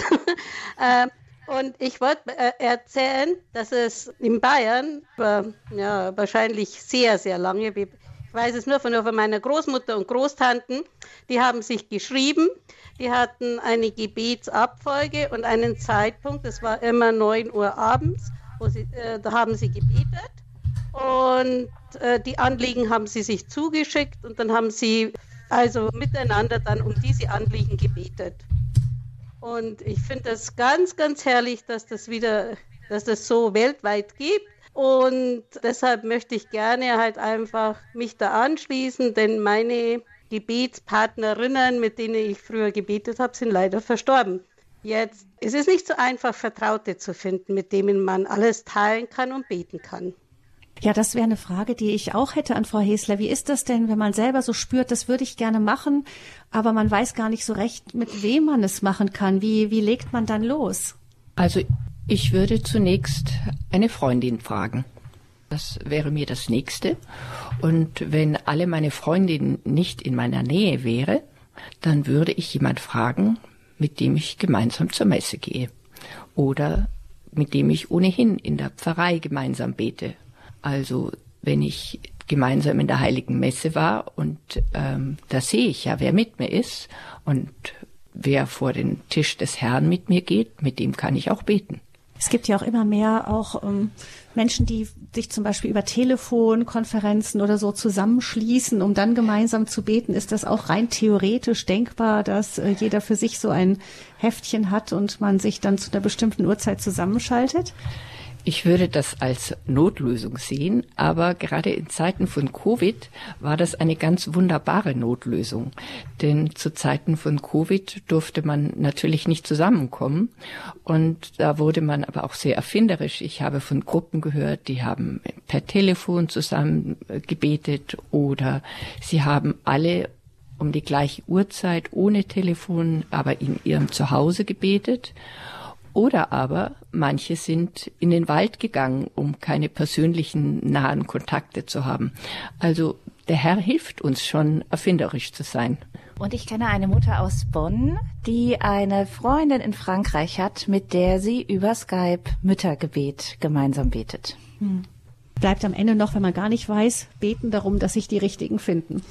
Und ich wollte erzählen, dass es in Bayern ja, wahrscheinlich sehr, sehr lange, ich weiß es nur von, von meiner Großmutter und Großtanten, die haben sich geschrieben, die hatten eine Gebetsabfolge und einen Zeitpunkt, das war immer neun Uhr abends, wo sie, äh, da haben sie gebetet und äh, die Anliegen haben sie sich zugeschickt und dann haben sie also miteinander dann um diese Anliegen gebetet. Und ich finde das ganz, ganz herrlich, dass das wieder, dass das so weltweit gibt. Und deshalb möchte ich gerne halt einfach mich da anschließen, denn meine Gebetspartnerinnen, mit denen ich früher gebetet habe, sind leider verstorben. Jetzt ist es nicht so einfach, Vertraute zu finden, mit denen man alles teilen kann und beten kann. Ja, das wäre eine Frage, die ich auch hätte an Frau Hesler. Wie ist das denn, wenn man selber so spürt, das würde ich gerne machen, aber man weiß gar nicht so recht, mit wem man es machen kann? Wie, wie legt man dann los? Also ich würde zunächst eine Freundin fragen. Das wäre mir das Nächste. Und wenn alle meine Freundinnen nicht in meiner Nähe wäre, dann würde ich jemand fragen, mit dem ich gemeinsam zur Messe gehe. Oder mit dem ich ohnehin in der Pfarrei gemeinsam bete. Also wenn ich gemeinsam in der Heiligen Messe war und ähm, da sehe ich ja, wer mit mir ist und wer vor den Tisch des Herrn mit mir geht, mit dem kann ich auch beten. Es gibt ja auch immer mehr auch ähm, Menschen, die sich zum Beispiel über Telefonkonferenzen oder so zusammenschließen, um dann gemeinsam zu beten. Ist das auch rein theoretisch denkbar, dass äh, jeder für sich so ein Heftchen hat und man sich dann zu einer bestimmten Uhrzeit zusammenschaltet? Ich würde das als Notlösung sehen, aber gerade in Zeiten von Covid war das eine ganz wunderbare Notlösung. Denn zu Zeiten von Covid durfte man natürlich nicht zusammenkommen und da wurde man aber auch sehr erfinderisch. Ich habe von Gruppen gehört, die haben per Telefon zusammen gebetet oder sie haben alle um die gleiche Uhrzeit ohne Telefon, aber in ihrem Zuhause gebetet. Oder aber manche sind in den Wald gegangen, um keine persönlichen nahen Kontakte zu haben. Also der Herr hilft uns schon, erfinderisch zu sein. Und ich kenne eine Mutter aus Bonn, die eine Freundin in Frankreich hat, mit der sie über Skype Müttergebet gemeinsam betet. Hm. Bleibt am Ende noch, wenn man gar nicht weiß, beten darum, dass sich die Richtigen finden.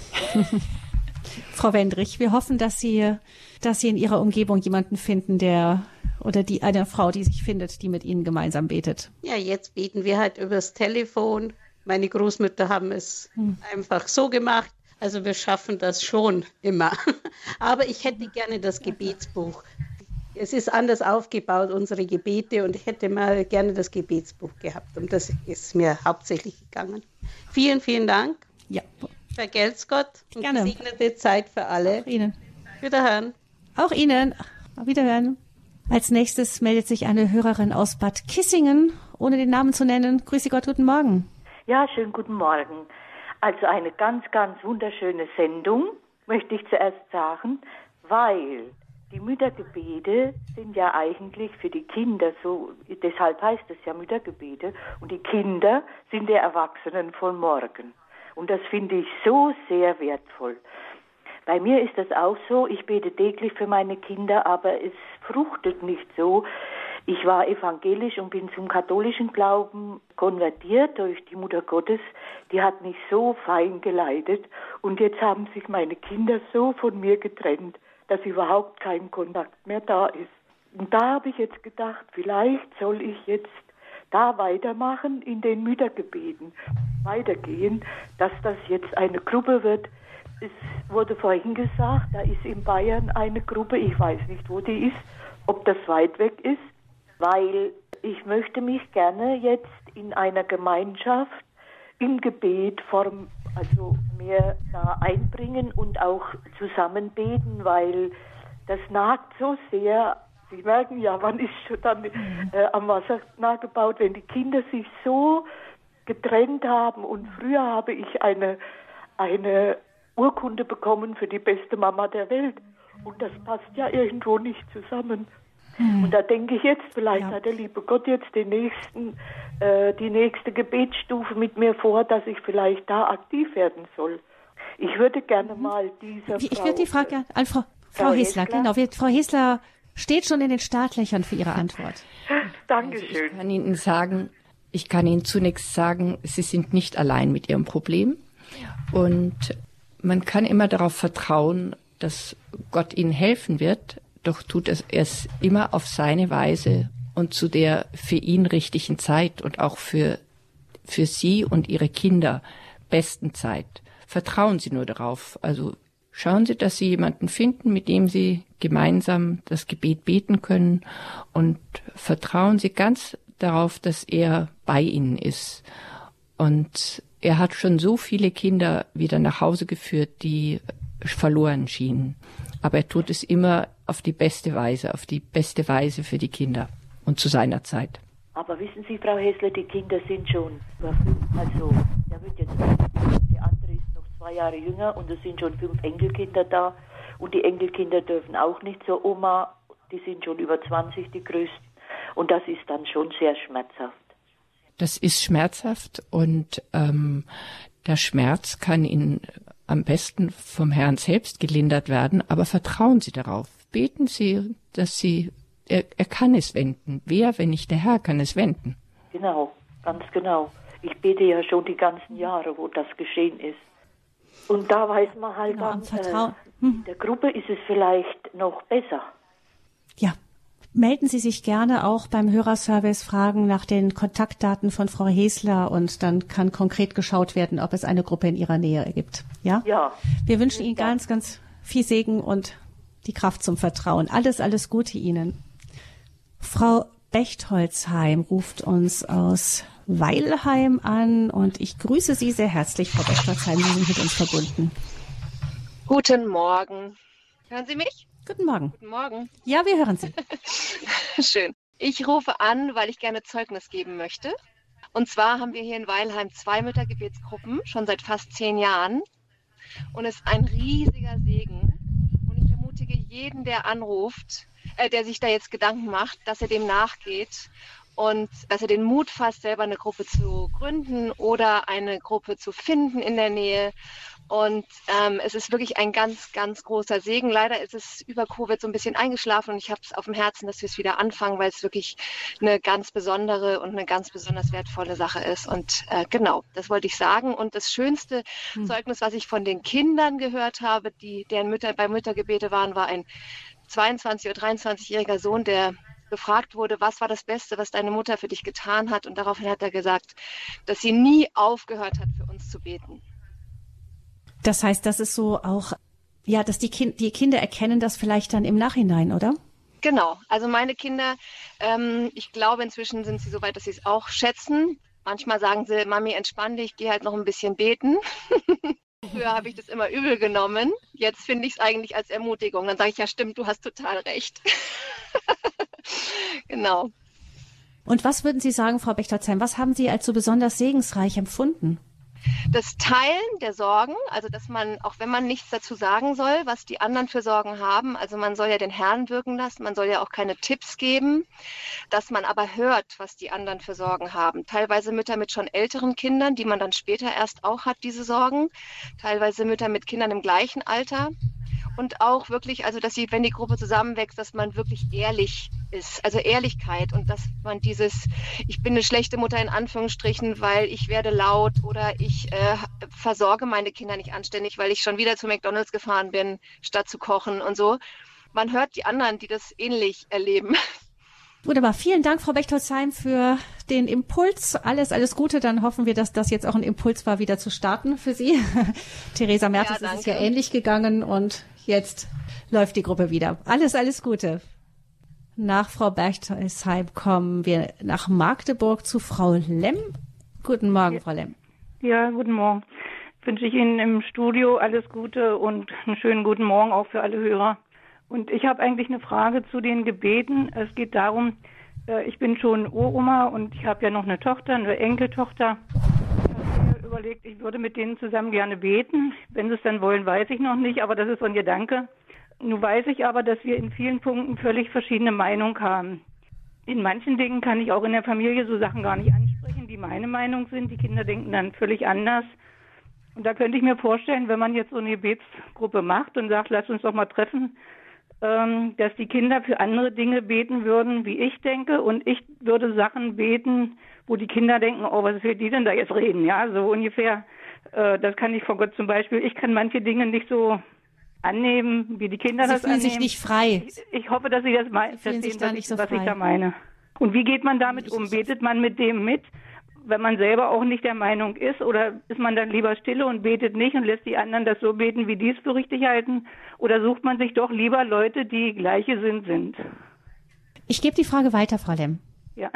Frau Wendrich, wir hoffen, dass Sie, dass Sie in Ihrer Umgebung jemanden finden, der oder die eine Frau, die sich findet, die mit Ihnen gemeinsam betet. Ja, jetzt beten wir halt übers Telefon. Meine Großmütter haben es hm. einfach so gemacht. Also wir schaffen das schon immer. Aber ich hätte gerne das Gebetsbuch. Es ist anders aufgebaut, unsere Gebete, und ich hätte mal gerne das Gebetsbuch gehabt. Um das ist mir hauptsächlich gegangen. Vielen, vielen Dank. Ja. Vergelt's Gott und gerne. Gesegnete Zeit für alle. Auch Ihnen. Wiederhören. Auch Ihnen. Auf Wiederhören. Als nächstes meldet sich eine Hörerin aus Bad Kissingen, ohne den Namen zu nennen. Grüße Gott, guten Morgen. Ja, schönen guten Morgen. Also eine ganz, ganz wunderschöne Sendung, möchte ich zuerst sagen, weil die Müttergebete sind ja eigentlich für die Kinder so, deshalb heißt es ja Müttergebete, und die Kinder sind die Erwachsenen von morgen. Und das finde ich so sehr wertvoll. Bei mir ist das auch so, ich bete täglich für meine Kinder, aber es fruchtet nicht so. Ich war evangelisch und bin zum katholischen Glauben konvertiert durch die Mutter Gottes. Die hat mich so fein geleitet und jetzt haben sich meine Kinder so von mir getrennt, dass überhaupt kein Kontakt mehr da ist. Und da habe ich jetzt gedacht, vielleicht soll ich jetzt da weitermachen in den Müttergebeten, weitergehen, dass das jetzt eine Gruppe wird. Es wurde vorhin gesagt, da ist in Bayern eine Gruppe, ich weiß nicht, wo die ist, ob das weit weg ist. Weil ich möchte mich gerne jetzt in einer Gemeinschaft im Gebet form, also mehr da einbringen und auch zusammen beten, weil das nagt so sehr. Sie merken ja, man ist schon dann äh, am Wasser nachgebaut, wenn die Kinder sich so getrennt haben. Und früher habe ich eine, eine Urkunde bekommen für die beste Mama der Welt. Und das passt ja irgendwo nicht zusammen. Und da denke ich jetzt, vielleicht ja. hat der liebe Gott jetzt den nächsten, äh, die nächste Gebetsstufe mit mir vor, dass ich vielleicht da aktiv werden soll. Ich würde gerne mal dieser ich, Frau... Ich würde die Frage an Frau, Frau, Frau Hesler, genau. Frau Hesler steht schon in den Startlöchern für Ihre Antwort. Dankeschön. Also ich kann Ihnen sagen, ich kann Ihnen zunächst sagen, Sie sind nicht allein mit Ihrem Problem. Und man kann immer darauf vertrauen, dass Gott Ihnen helfen wird, doch tut es es immer auf seine Weise und zu der für ihn richtigen Zeit und auch für, für Sie und Ihre Kinder besten Zeit. Vertrauen Sie nur darauf. Also schauen Sie, dass Sie jemanden finden, mit dem Sie gemeinsam das Gebet beten können, und vertrauen Sie ganz darauf, dass er bei Ihnen ist. Und er hat schon so viele Kinder wieder nach Hause geführt, die verloren schienen. Aber er tut es immer auf die beste Weise, auf die beste Weise für die Kinder und zu seiner Zeit. Aber wissen Sie, Frau Hesler, die Kinder sind schon über fünf, also der wird jetzt, die andere ist noch zwei Jahre jünger und es sind schon fünf Enkelkinder da und die Enkelkinder dürfen auch nicht zur Oma, die sind schon über zwanzig, die größten, und das ist dann schon sehr schmerzhaft. Das ist schmerzhaft und ähm, der Schmerz kann Ihnen am besten vom Herrn selbst gelindert werden, aber vertrauen Sie darauf. Beten Sie, dass Sie, er, er kann es wenden. Wer, wenn nicht der Herr, kann es wenden? Genau, ganz genau. Ich bete ja schon die ganzen Jahre, wo das geschehen ist. Und da weiß man halt genau, dann, Vertrauen. Äh, in der Gruppe ist es vielleicht noch besser. Ja. Melden Sie sich gerne auch beim Hörerservice, fragen nach den Kontaktdaten von Frau Hesler, und dann kann konkret geschaut werden, ob es eine Gruppe in Ihrer Nähe gibt. Ja? Ja. Wir wünschen Ihnen ganz, ganz viel Segen und die Kraft zum Vertrauen. Alles, alles Gute Ihnen. Frau Bechtolzheim ruft uns aus Weilheim an und ich grüße Sie sehr herzlich, Frau Bechtolzheim. Sie sind mit uns verbunden. Guten Morgen. Hören Sie mich? Guten Morgen. Guten Morgen. Ja, wir hören Sie. Schön. Ich rufe an, weil ich gerne Zeugnis geben möchte. Und zwar haben wir hier in Weilheim zwei Müttergebetsgruppen, schon seit fast zehn Jahren. Und es ist ein riesiger Segen. Und ich ermutige jeden, der anruft, äh, der sich da jetzt Gedanken macht, dass er dem nachgeht und dass er den Mut fasst, selber eine Gruppe zu gründen oder eine Gruppe zu finden in der Nähe. Und ähm, es ist wirklich ein ganz, ganz großer Segen. Leider ist es über Covid so ein bisschen eingeschlafen und ich habe es auf dem Herzen, dass wir es wieder anfangen, weil es wirklich eine ganz besondere und eine ganz besonders wertvolle Sache ist. Und äh, genau, das wollte ich sagen. Und das schönste hm. Zeugnis, was ich von den Kindern gehört habe, die deren Mütter bei Müttergebete waren, war ein zweiundzwanzig- oder dreiundzwanzigjähriger Sohn, der gefragt wurde, was war das Beste, was deine Mutter für dich getan hat? Und daraufhin hat er gesagt, dass sie nie aufgehört hat, für uns zu beten. Das heißt, das ist so auch, ja, dass die, kind, die Kinder erkennen das vielleicht dann im Nachhinein, oder? Genau. Also meine Kinder, ähm, ich glaube, inzwischen sind sie so weit, dass sie es auch schätzen. Manchmal sagen sie, Mami, entspann dich, geh halt noch ein bisschen beten. Früher habe ich das immer übel genommen. Jetzt finde ich es eigentlich als Ermutigung. Dann sage ich, ja stimmt, du hast total recht. Genau. Und was würden Sie sagen, Frau Bechtersheim, was haben Sie als so besonders segensreich empfunden? Das Teilen der Sorgen, also dass man, auch wenn man nichts dazu sagen soll, was die anderen für Sorgen haben, also man soll ja den Herrn wirken lassen, man soll ja auch keine Tipps geben, dass man aber hört, was die anderen für Sorgen haben. Teilweise Mütter mit schon älteren Kindern, die man dann später erst auch hat, diese Sorgen. Teilweise Mütter mit Kindern im gleichen Alter. Und auch wirklich, also dass sie, wenn die Gruppe zusammenwächst, dass man wirklich ehrlich ist, also Ehrlichkeit und dass man dieses, ich bin eine schlechte Mutter in Anführungsstrichen, weil ich werde laut oder ich äh, versorge meine Kinder nicht anständig, weil ich schon wieder zu McDonald's gefahren bin, statt zu kochen und so. Man hört die anderen, die das ähnlich erleben. Wunderbar. Vielen Dank, Frau Bechtersheim, für den Impuls. Alles, alles Gute. Dann hoffen wir, dass das jetzt auch ein Impuls war, wieder zu starten für Sie. Theresa Mertes ja, ist es ja ähnlich gegangen und jetzt läuft die Gruppe wieder. Alles, alles Gute. Nach Frau Bechtersheim kommen wir nach Magdeburg zu Frau Lemm. Guten Morgen, ja. Frau Lemm. Ja, guten Morgen. Wünsche ich Ihnen im Studio alles Gute und einen schönen guten Morgen auch für alle Hörer. Und ich habe eigentlich eine Frage zu den Gebeten. Es geht darum, äh, ich bin schon Uroma und ich habe ja noch eine Tochter, eine Enkeltochter. Ich habe mir überlegt, ich würde mit denen zusammen gerne beten. Wenn sie es dann wollen, weiß ich noch nicht, aber das ist so ein Gedanke. Nun weiß ich aber, dass wir in vielen Punkten völlig verschiedene Meinungen haben. In manchen Dingen kann ich auch in der Familie so Sachen gar nicht ansprechen, die meine Meinung sind. Die Kinder denken dann völlig anders. Und da könnte ich mir vorstellen, wenn man jetzt so eine Gebetsgruppe macht und sagt, lass uns doch mal treffen, dass die Kinder für andere Dinge beten würden, wie ich denke, und ich würde Sachen beten, wo die Kinder denken, oh, was will die denn da jetzt reden? Ja, so ungefähr, äh, das kann ich vor Gott zum Beispiel, ich kann manche Dinge nicht so annehmen, wie die Kinder Sie das fühlen annehmen. sich nicht frei. Ich, ich hoffe, dass Sie das me- verstehen, sich da was, nicht ich, so was frei. ich da meine. Und wie geht man damit um? Betet man mit dem mit, wenn man selber auch nicht der Meinung ist, oder ist man dann lieber stille und betet nicht und lässt die anderen das so beten, wie die es für richtig halten? Oder sucht man sich doch lieber Leute, die gleiche Sinn sind? Ich gebe die Frage weiter, Frau Lemm. Ja.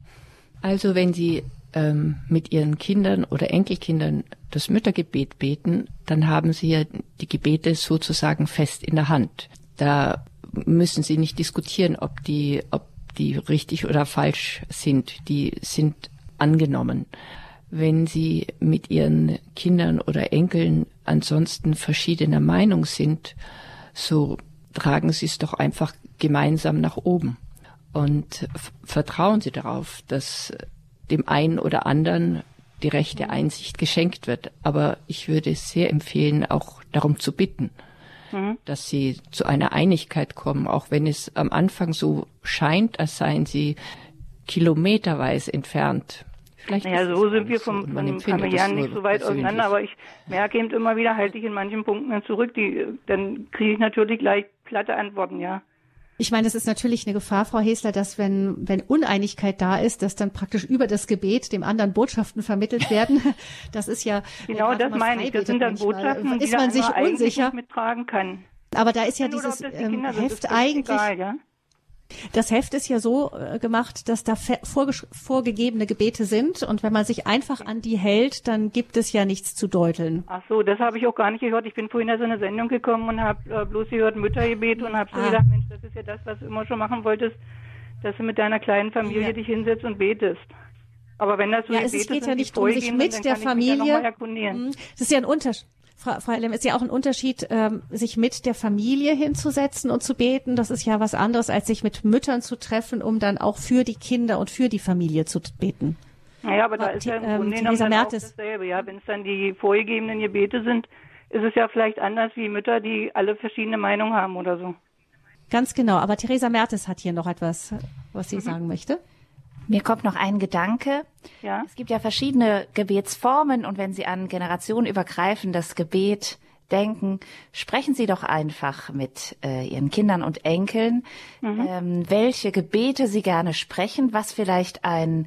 Also wenn Sie ähm, mit Ihren Kindern oder Enkelkindern das Müttergebet beten, dann haben Sie ja die Gebete sozusagen fest in der Hand. Da müssen Sie nicht diskutieren, ob die, ob die richtig oder falsch sind. Die sind angenommen. Wenn Sie mit Ihren Kindern oder Enkeln ansonsten verschiedener Meinung sind, so tragen Sie es doch einfach gemeinsam nach oben und f- vertrauen Sie darauf, dass dem einen oder anderen die rechte Einsicht geschenkt wird. Aber ich würde sehr empfehlen, auch darum zu bitten, mhm. dass Sie zu einer Einigkeit kommen, auch wenn es am Anfang so scheint, als seien Sie kilometerweit entfernt. Vielleicht naja, so sind wir vom, so, vom Familiären nicht so weit persönlich auseinander, aber ich merke eben immer wieder, halte ich in manchen Punkten dann zurück, die, dann kriege ich natürlich gleich platte Antworten, ja. Ich meine, es ist natürlich eine Gefahr, Frau Hesler, dass wenn, wenn Uneinigkeit da ist, dass dann praktisch über das Gebet dem anderen Botschaften vermittelt werden. Das ist ja genau, das meine ich. Das sind dann Botschaften, die ist man sich unsicher nicht mittragen kann. Aber da ist ja dieses ähm, Heft sind, eigentlich. Egal, ja? Das Heft ist ja so äh, gemacht, dass da vorge- vorgegebene Gebete sind und wenn man sich einfach an die hält, dann gibt es ja nichts zu deuteln. Ach so, das habe ich auch gar nicht gehört. Ich bin vorhin aus einer Sendung gekommen und habe äh, bloß gehört Müttergebet und habe so ah. gedacht, Mensch, das ist ja das, was du immer schon machen wolltest, dass du mit deiner kleinen Familie ja. dich hinsetzt und betest. Aber wenn das so ja, es geht ja nicht darum, sich mit der Familie. Ja das ist ja ein Unterschied. Frau, Frau Lem, ist ja auch ein Unterschied, ähm, sich mit der Familie hinzusetzen und zu beten. Das ist ja was anderes, als sich mit Müttern zu treffen, um dann auch für die Kinder und für die Familie zu beten. Naja, aber da ist ja im ähm, Grunde genommen dann auch dasselbe. Ja, wenn es dann die vorgegebenen Gebete sind, ist es ja vielleicht anders wie Mütter, die alle verschiedene Meinungen haben oder so. Ganz genau. Aber Theresa Mertes hat hier noch etwas, was sie mhm. sagen möchte. Mir kommt noch ein Gedanke. Ja. Es gibt ja verschiedene Gebetsformen und wenn Sie an generationenübergreifendes Gebet denken, sprechen Sie doch einfach mit äh, Ihren Kindern und Enkeln, mhm. ähm, welche Gebete Sie gerne sprechen, was vielleicht ein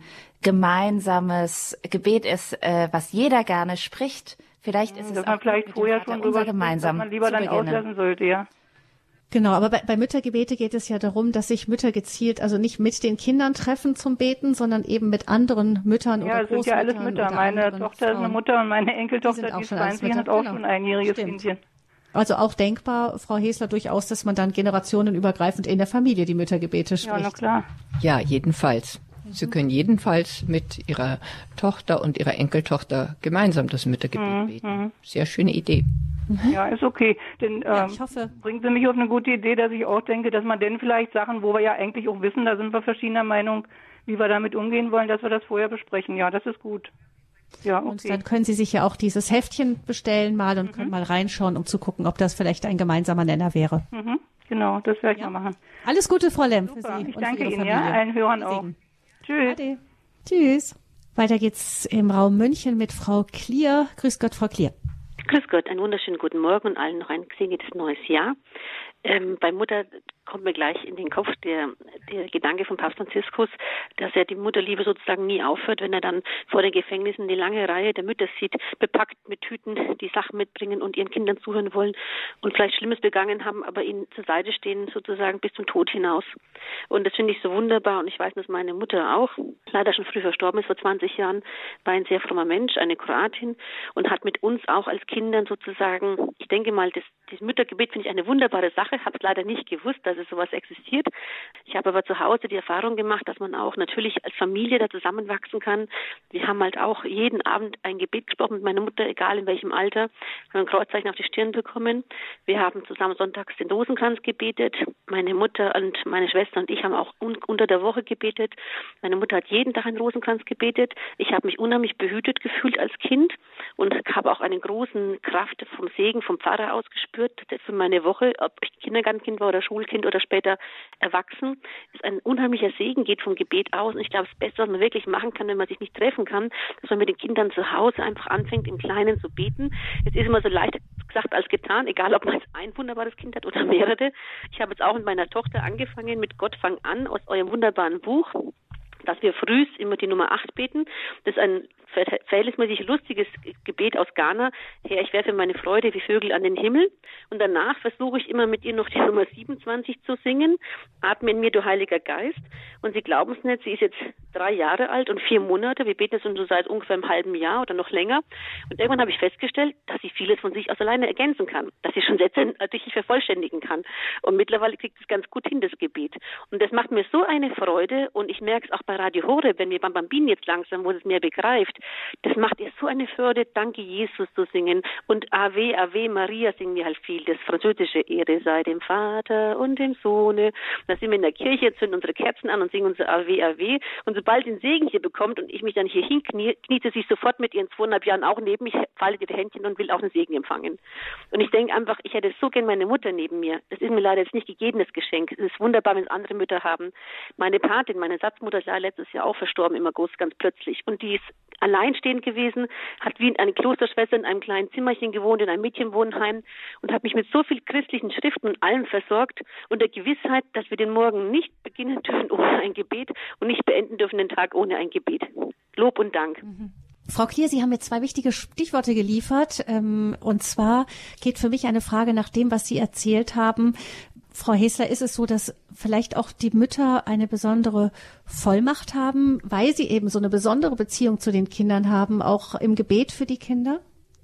gemeinsames Gebet ist, äh, was jeder gerne spricht. Vielleicht ist dass es man auch vielleicht vorher schon drüber gemeinsam, dass man lieber dann beginnen. Auslassen sollte, ja. Genau, aber bei, bei Müttergebete geht es ja darum, dass sich Mütter gezielt, also nicht mit den Kindern treffen zum Beten, sondern eben mit anderen Müttern ja, oder Großmüttern. Ja, es sind ja alles Mütter. Meine Tochter ist eine Mutter und meine Enkeltochter, die, die ist zwanzig, hat auch genau. schon ein einjähriges Kindchen. Also auch denkbar, Frau Hesler, durchaus, dass man dann generationenübergreifend in der Familie die Müttergebete spricht. Ja, na klar. Ja, jedenfalls. Sie können jedenfalls mit Ihrer Tochter und Ihrer Enkeltochter gemeinsam das Müttergebet mhm. beten. Sehr schöne Idee. Mhm. Ja, ist okay. Denn ja, ähm, ich hoffe. bringt sie mich auf eine gute Idee, dass ich auch denke, dass man denn vielleicht Sachen, wo wir ja eigentlich auch wissen, da sind wir verschiedener Meinung, wie wir damit umgehen wollen, dass wir das vorher besprechen. Ja, das ist gut. Ja, okay. Und dann können Sie sich ja auch dieses Heftchen bestellen mal und mhm. können mal reinschauen, um zu gucken, ob das vielleicht ein gemeinsamer Nenner wäre. Mhm. Genau, das werde ich ja. mal machen. Alles Gute, Frau Lem, für Super. Sie Ich und danke für Ihre Ihnen, Familie. ja, allen Hörern auch. Tschüss. Ade. Tschüss. Weiter geht's im Raum München mit Frau Klier. Grüß Gott, Frau Klier. Grüß Gott, einen wunderschönen guten Morgen und allen noch ein gesegnete neues Jahr. Ähm, bei Mutter kommt mir gleich in den Kopf der, der Gedanke von Papst Franziskus, dass er die Mutterliebe sozusagen nie aufhört, wenn er dann vor den Gefängnissen die lange Reihe der Mütter sieht, bepackt mit Tüten, die Sachen mitbringen und ihren Kindern zuhören wollen und vielleicht Schlimmes begangen haben, aber ihnen zur Seite stehen sozusagen bis zum Tod hinaus. Und das finde ich so wunderbar und ich weiß, dass meine Mutter auch leider schon früh verstorben ist, vor zwanzig Jahren, war ein sehr frommer Mensch, eine Kroatin und hat mit uns auch als Kindern sozusagen, ich denke mal, das, das Müttergebet finde ich eine wunderbare Sache, habe es leider nicht gewusst, dass es sowas existiert. Ich habe aber zu Hause die Erfahrung gemacht, dass man auch natürlich als Familie da zusammenwachsen kann. Wir haben halt auch jeden Abend ein Gebet gesprochen mit meiner Mutter, egal in welchem Alter, haben ein Kreuzzeichen auf die Stirn bekommen. Wir haben zusammen sonntags den Rosenkranz gebetet. Meine Mutter und meine Schwester und ich haben auch un- unter der Woche gebetet. Meine Mutter hat jeden Tag einen Rosenkranz gebetet. Ich habe mich unheimlich behütet gefühlt als Kind und habe auch eine große Kraft vom Segen vom Pfarrer aus gespürt für meine Woche, ob ich Kindergartenkind war oder Schulkind oder später erwachsen, ist ein unheimlicher Segen, geht vom Gebet aus. Und ich glaube, das Beste, was man wirklich machen kann, wenn man sich nicht treffen kann, dass man mit den Kindern zu Hause einfach anfängt, im Kleinen zu beten. Es ist immer so leicht gesagt als getan, egal ob man jetzt ein wunderbares Kind hat oder mehrere. Ich habe jetzt auch mit meiner Tochter angefangen mit Gott fang an aus eurem wunderbaren Buch, dass wir frühs immer die Nummer acht beten. Das ist ein verhältnismäßig lustiges Gebet aus Ghana. Herr, ich werfe meine Freude wie Vögel an den Himmel. Und danach versuche ich immer mit ihr noch die Nummer siebenundzwanzig zu singen. Atme in mir, du Heiliger Geist. Und Sie glauben es nicht, sie ist jetzt drei Jahre alt und vier Monate. Wir beten jetzt schon so seit ungefähr einem halben Jahr oder noch länger. Und irgendwann habe ich festgestellt, dass sie vieles von sich aus alleine ergänzen kann. Dass sie schon Sätze richtig vervollständigen kann. Und mittlerweile kriegt es ganz gut hin, das Gebet. Und das macht mir so eine Freude. Und ich merke es auch bei Radio Horeb, wenn wir beim Bambin jetzt langsam, wo es mehr begreift, das macht ihr so eine Freude, Danke Jesus zu singen. Und Ave, Ave Maria singen wir halt viel, das französische Ehre sei dem Vater und dem Sohne. Da sind wir in der Kirche, zünden unsere Kerzen an und singen unser Ave, Ave. Und sobald den Segen hier bekommt und ich mich dann hier hinknie, kniet sie sich sofort mit ihren zweieinhalb Jahren auch neben mich, faltet ihre Händchen und will auch einen Segen empfangen. Und ich denke einfach, ich hätte so gern meine Mutter neben mir. Das ist mir leider jetzt nicht gegebenes Geschenk. Es ist wunderbar, wenn es andere Mütter haben. Meine Patin, meine Satzmutter, ist ja letztes Jahr auch verstorben im August, ganz plötzlich. Und die ist alleinstehend gewesen, hat wie eine Klosterschwester in einem kleinen Zimmerchen gewohnt, in einem Mädchenwohnheim und hat mich mit so viel christlichen Schriften und allem versorgt und der Gewissheit, dass wir den Morgen nicht beginnen dürfen ohne ein Gebet und nicht beenden dürfen den Tag ohne ein Gebet. Lob und Dank. Mhm. Frau Klier, Sie haben mir zwei wichtige Stichworte geliefert. Und zwar geht für mich eine Frage nach dem, was Sie erzählt haben. Frau Hesler, ist es so, dass vielleicht auch die Mütter eine besondere Vollmacht haben, weil sie eben so eine besondere Beziehung zu den Kindern haben, auch im Gebet für die Kinder?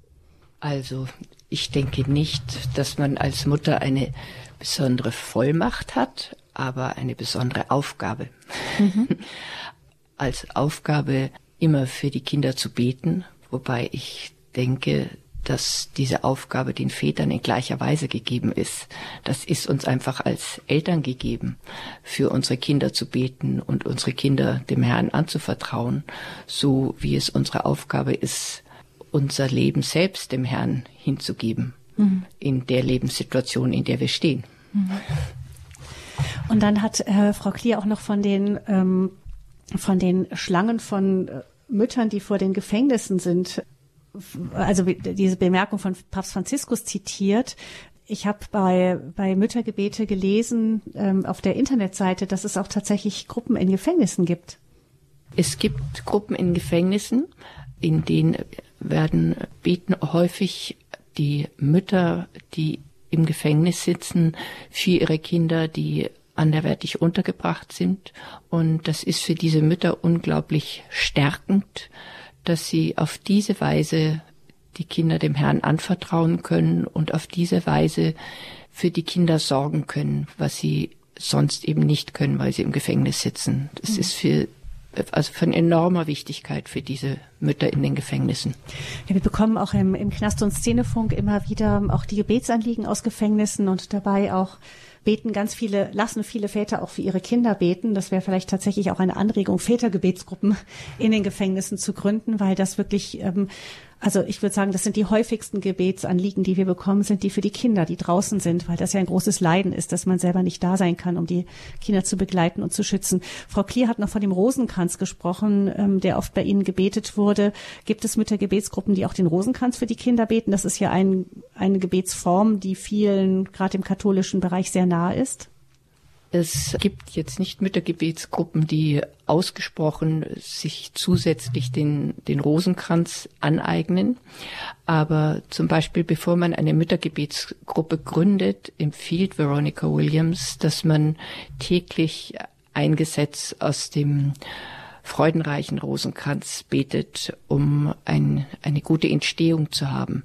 Also, ich denke nicht, dass man als Mutter eine besondere Vollmacht hat, aber eine besondere Aufgabe. Mhm. Als Aufgabe immer für die Kinder zu beten, wobei ich denke, dass diese Aufgabe den Vätern in gleicher Weise gegeben ist. Das ist uns einfach als Eltern gegeben, für unsere Kinder zu beten und unsere Kinder dem Herrn anzuvertrauen, so wie es unsere Aufgabe ist, unser Leben selbst dem Herrn hinzugeben, mhm. in der Lebenssituation, in der wir stehen. Mhm. Und dann hat äh, Frau Klier auch noch von den, ähm, von den Schlangen von äh, Müttern, die vor den Gefängnissen sind, also diese Bemerkung von Papst Franziskus zitiert. Ich habe bei, bei Müttergebete gelesen ähm, auf der Internetseite, dass es auch tatsächlich Gruppen in Gefängnissen gibt. Es gibt Gruppen in Gefängnissen, in denen werden beten häufig die Mütter, die im Gefängnis sitzen, für ihre Kinder, die anderweitig untergebracht sind. Und das ist für diese Mütter unglaublich stärkend, dass sie auf diese Weise die Kinder dem Herrn anvertrauen können und auf diese Weise für die Kinder sorgen können, was sie sonst eben nicht können, weil sie im Gefängnis sitzen. Das mhm. ist für, also von enormer Wichtigkeit für diese Mütter in den Gefängnissen. Ja, wir bekommen auch im, im Knast- und Szenefunk immer wieder auch die Gebetsanliegen aus Gefängnissen und dabei auch beten ganz viele, lassen viele Väter auch für ihre Kinder beten. Das wäre vielleicht tatsächlich auch eine Anregung, Vätergebetsgruppen in den Gefängnissen zu gründen, weil das wirklich, ähm, also ich würde sagen, das sind die häufigsten Gebetsanliegen, die wir bekommen, sind die für die Kinder, die draußen sind, weil das ja ein großes Leiden ist, dass man selber nicht da sein kann, um die Kinder zu begleiten und zu schützen. Frau Klier hat noch von dem Rosenkranz gesprochen, ähm, der oft bei Ihnen gebetet wurde. Gibt es Müttergebetsgruppen, die auch den Rosenkranz für die Kinder beten? Das ist ja ein, eine Gebetsform, die vielen, gerade im katholischen Bereich, sehr nah ist. Es gibt jetzt nicht Müttergebetsgruppen, die ausgesprochen sich zusätzlich den, den Rosenkranz aneignen. Aber zum Beispiel, bevor man eine Müttergebetsgruppe gründet, empfiehlt Veronica Williams, dass man täglich ein Gesetz aus dem freudenreichen Rosenkranz betet, um ein, eine gute Entstehung zu haben.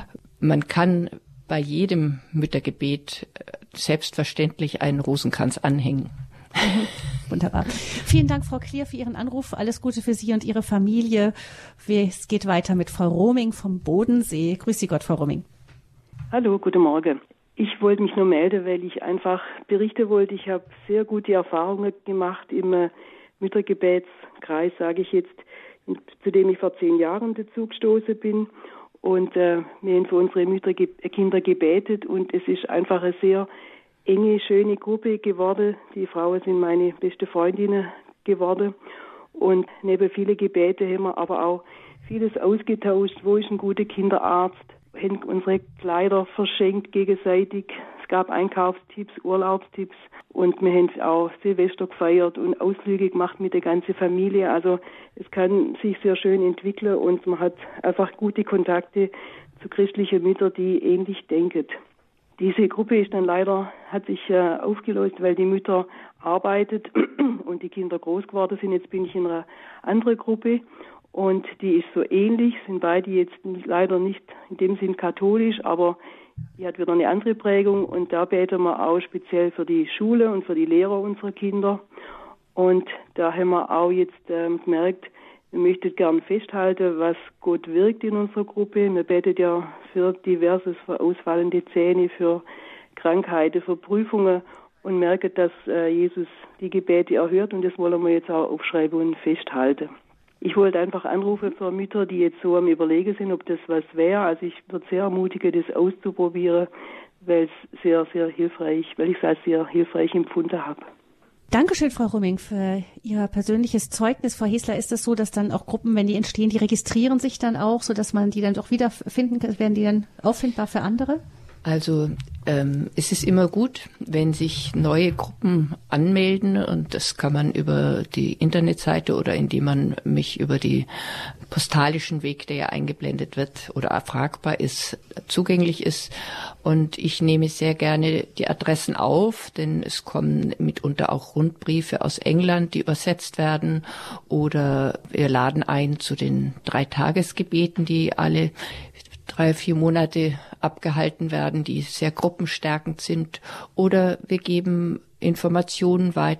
Man kann bei jedem Müttergebet selbstverständlich einen Rosenkranz anhängen. Wunderbar. Vielen Dank, Frau Klier, für Ihren Anruf. Alles Gute für Sie und Ihre Familie. Es geht weiter mit Frau Roming vom Bodensee. Grüß Sie Gott, Frau Roming. Hallo, guten Morgen. Ich wollte mich nur melden, weil ich einfach berichten wollte. Ich habe sehr gute Erfahrungen gemacht im Müttergebetskreis, sage ich jetzt, zu dem ich vor zehn Jahren dazu gestoßen bin. Und äh, wir haben für unsere Mütter, Kinder gebetet und es ist einfach eine sehr enge, schöne Gruppe geworden. Die Frauen sind meine beste Freundinnen geworden und neben viele Gebete haben wir aber auch vieles ausgetauscht. Wo ist ein guter Kinderarzt? Haben unsere Kleider verschenkt gegenseitig. Es gab Einkaufstipps, Urlaubstipps und wir haben auch Silvester gefeiert und Ausflüge gemacht mit der ganzen Familie. Also es kann sich sehr schön entwickeln und man hat einfach gute Kontakte zu christlichen Müttern, die ähnlich denken. Diese Gruppe ist dann leider, hat sich äh, aufgelöst, weil die Mütter arbeitet und die Kinder groß geworden sind. Jetzt bin ich in einer anderen Gruppe. Und die ist so ähnlich, sind beide jetzt leider nicht in dem Sinn katholisch, aber die hat wieder eine andere Prägung und da beten wir auch speziell für die Schule und für die Lehrer unserer Kinder. Und da haben wir auch jetzt ähm, gemerkt, wir möchten gern festhalten, was Gott wirkt in unserer Gruppe. Wir beten ja für Diverses, für ausfallende Zähne, für Krankheiten, für Prüfungen und merken, dass äh, Jesus die Gebete erhört und das wollen wir jetzt auch aufschreiben und festhalten. Ich wollte einfach anrufen für Mütter, die jetzt so am Überlegen sind, ob das was wäre. Also ich würde sehr ermutigen, das auszuprobieren, weil es sehr, sehr hilfreich, weil ich es als sehr hilfreich empfunden habe. Dankeschön, Frau Rumming, für Ihr persönliches Zeugnis. Frau Hesler, ist es so, dass dann auch Gruppen, wenn die entstehen, die registrieren sich dann auch, sodass man die dann doch wiederfinden kann? Werden die dann auffindbar für andere? Also ähm, es ist immer gut, wenn sich neue Gruppen anmelden und das kann man über die Internetseite oder indem man mich über die postalischen Weg, der ja eingeblendet wird oder erfragbar ist, zugänglich ist. Und ich nehme sehr gerne die Adressen auf, denn es kommen mitunter auch Rundbriefe aus England, die übersetzt werden oder wir laden ein zu den Dreitagesgebeten, die alle drei, vier Monate abgehalten werden, die sehr gruppenstärkend sind. Oder wir geben Informationen weiter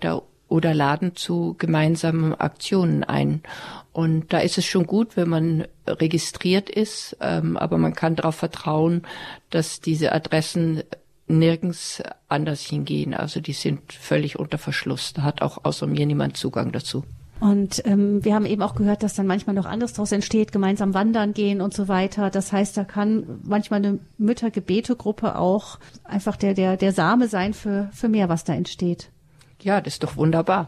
oder laden zu gemeinsamen Aktionen ein. Und da ist es schon gut, wenn man registriert ist, ähm, aber man kann darauf vertrauen, dass diese Adressen nirgends anders hingehen. Also die sind völlig unter Verschluss. Da hat auch außer mir niemand Zugang dazu. Und ähm, wir haben eben auch gehört, dass dann manchmal noch anderes daraus entsteht, gemeinsam wandern gehen und so weiter. Das heißt, da kann manchmal eine Müttergebetegruppe auch einfach der, der, der Same sein für, für mehr, was da entsteht. Ja, das ist doch wunderbar.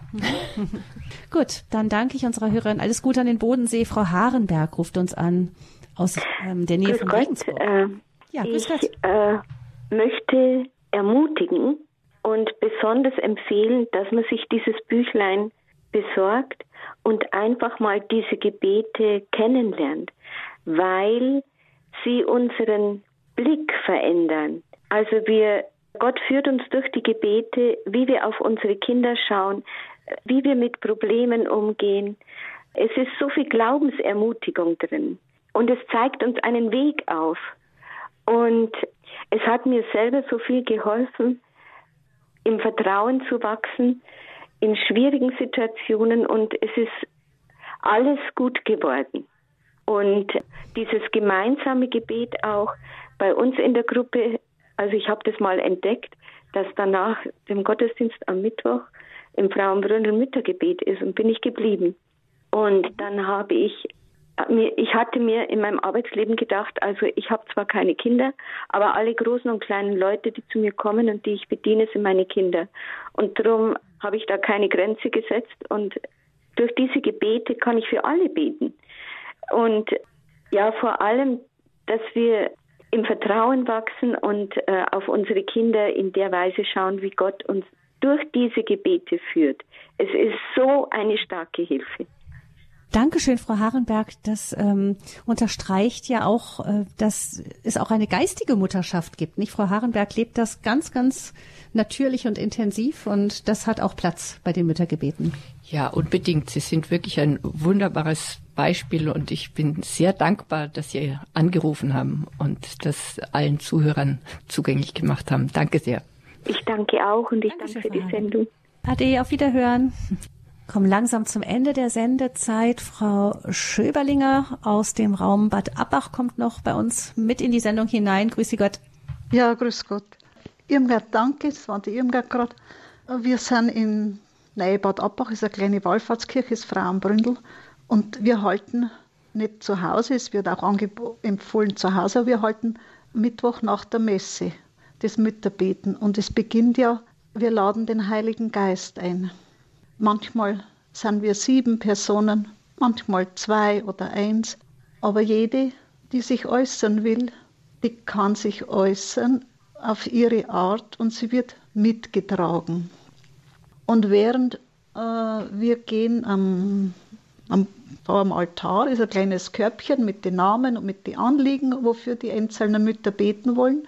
Gut, dann danke ich unserer Hörerin. Alles Gute an den Bodensee. Frau Harenberg ruft uns an aus ähm, der Nähe grüß von Gott, Regensburg. Äh, ja, grüß ich Gott. äh, möchte ermutigen und besonders empfehlen, dass man sich dieses Büchlein besorgt und einfach mal diese Gebete kennenlernt, weil sie unseren Blick verändern. Also wir, Gott führt uns durch die Gebete, wie wir auf unsere Kinder schauen, wie wir mit Problemen umgehen. Es ist so viel Glaubensermutigung drin und es zeigt uns einen Weg auf. Und es hat mir selber so viel geholfen, im Vertrauen zu wachsen, in schwierigen Situationen, und es ist alles gut geworden. Und dieses gemeinsame Gebet auch bei uns in der Gruppe, also ich habe das mal entdeckt, dass danach dem Gottesdienst am Mittwoch im Frauenbrunn Müttergebet ist, und bin ich geblieben. Und dann habe ich mir, ich hatte mir in meinem Arbeitsleben gedacht, also ich habe zwar keine Kinder, aber alle großen und kleinen Leute, die zu mir kommen und die ich bediene, sind meine Kinder. Und darum habe ich da keine Grenze gesetzt, und durch diese Gebete kann ich für alle beten. Und ja, vor allem, dass wir im Vertrauen wachsen und äh, auf unsere Kinder in der Weise schauen, wie Gott uns durch diese Gebete führt. Es ist so eine starke Hilfe. Dankeschön, Frau Harenberg. Das ähm, unterstreicht ja auch, äh, dass es auch eine geistige Mutterschaft gibt. Nicht? Frau Harenberg lebt das ganz, ganz natürlich und intensiv, und das hat auch Platz bei den Müttergebeten. Ja, unbedingt. Sie sind wirklich ein wunderbares Beispiel, und ich bin sehr dankbar, dass Sie angerufen haben und das allen Zuhörern zugänglich gemacht haben. Danke sehr. Ich danke auch, und ich Dankeschön, danke für die Sendung. Ade, auf Wiederhören. Kommen langsam zum Ende der Sendezeit. Frau Schöberlinger aus dem Raum Bad Abbach kommt noch bei uns mit in die Sendung hinein. Grüß Sie Gott. Ja, grüß Gott. Irmgard, danke, das war die Irmgard gerade. Wir sind in Neue Bad Abbach, ist eine kleine Wallfahrtskirche, ist Frauenbründel, und wir halten nicht zu Hause, es wird auch empfohlen zu Hause, aber wir halten Mittwoch nach der Messe das Mütterbeten, und es beginnt ja, wir laden den Heiligen Geist ein. Manchmal sind wir sieben Personen, manchmal zwei oder eins, aber jede, die sich äußern will, die kann sich äußern auf ihre Art, und sie wird mitgetragen. Und während äh, wir gehen am, am, am Altar, ist ein kleines Körbchen mit den Namen und mit den Anliegen, wofür die einzelnen Mütter beten wollen.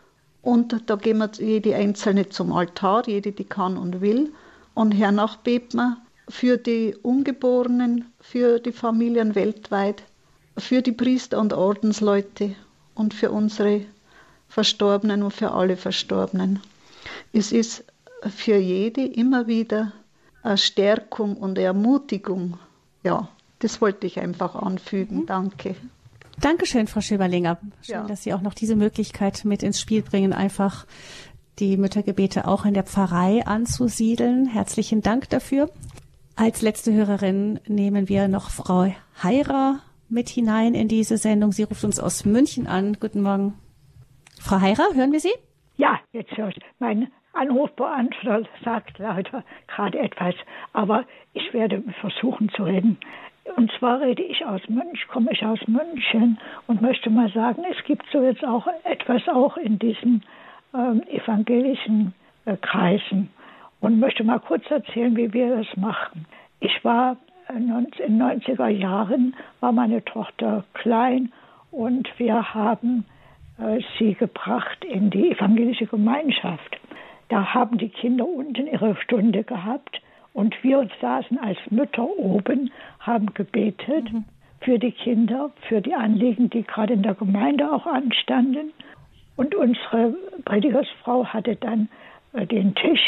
Und da gehen wir jede Einzelne zum Altar, jede, die kann und will. Und hernach beten wir für die Ungeborenen, für die Familien weltweit, für die Priester und Ordensleute und für unsere Verstorbenen und für alle Verstorbenen. Es ist für jede immer wieder eine Stärkung und eine Ermutigung. Ja, das wollte ich einfach anfügen. Mhm. Danke. Dankeschön, Frau Schöberlinger. Schön, ja, dass Sie auch noch diese Möglichkeit mit ins Spiel bringen, einfach die Müttergebete auch in der Pfarrei anzusiedeln. Herzlichen Dank dafür. Als letzte Hörerin nehmen wir noch Frau Heira mit hinein in diese Sendung. Sie ruft uns aus München an. Guten Morgen. Frau Heira, hören wir Sie? Ja, jetzt hört mein Anrufbeantworter sagt leider gerade etwas, aber ich werde versuchen zu reden. Und zwar rede ich aus München, komme ich aus München und möchte mal sagen, es gibt so jetzt auch etwas auch in diesen ähm, evangelischen äh, Kreisen, und möchte mal kurz erzählen, wie wir das machen. Ich war äh, in den neunziger Jahren, war meine Tochter klein, und wir haben äh, sie gebracht in die evangelische Gemeinschaft. Da haben die Kinder unten ihre Stunde gehabt, und wir saßen als Mütter oben, haben gebetet mhm. für die Kinder, für die Anliegen, die gerade in der Gemeinde auch anstanden. Und unsere Predigersfrau hatte dann äh, den Tisch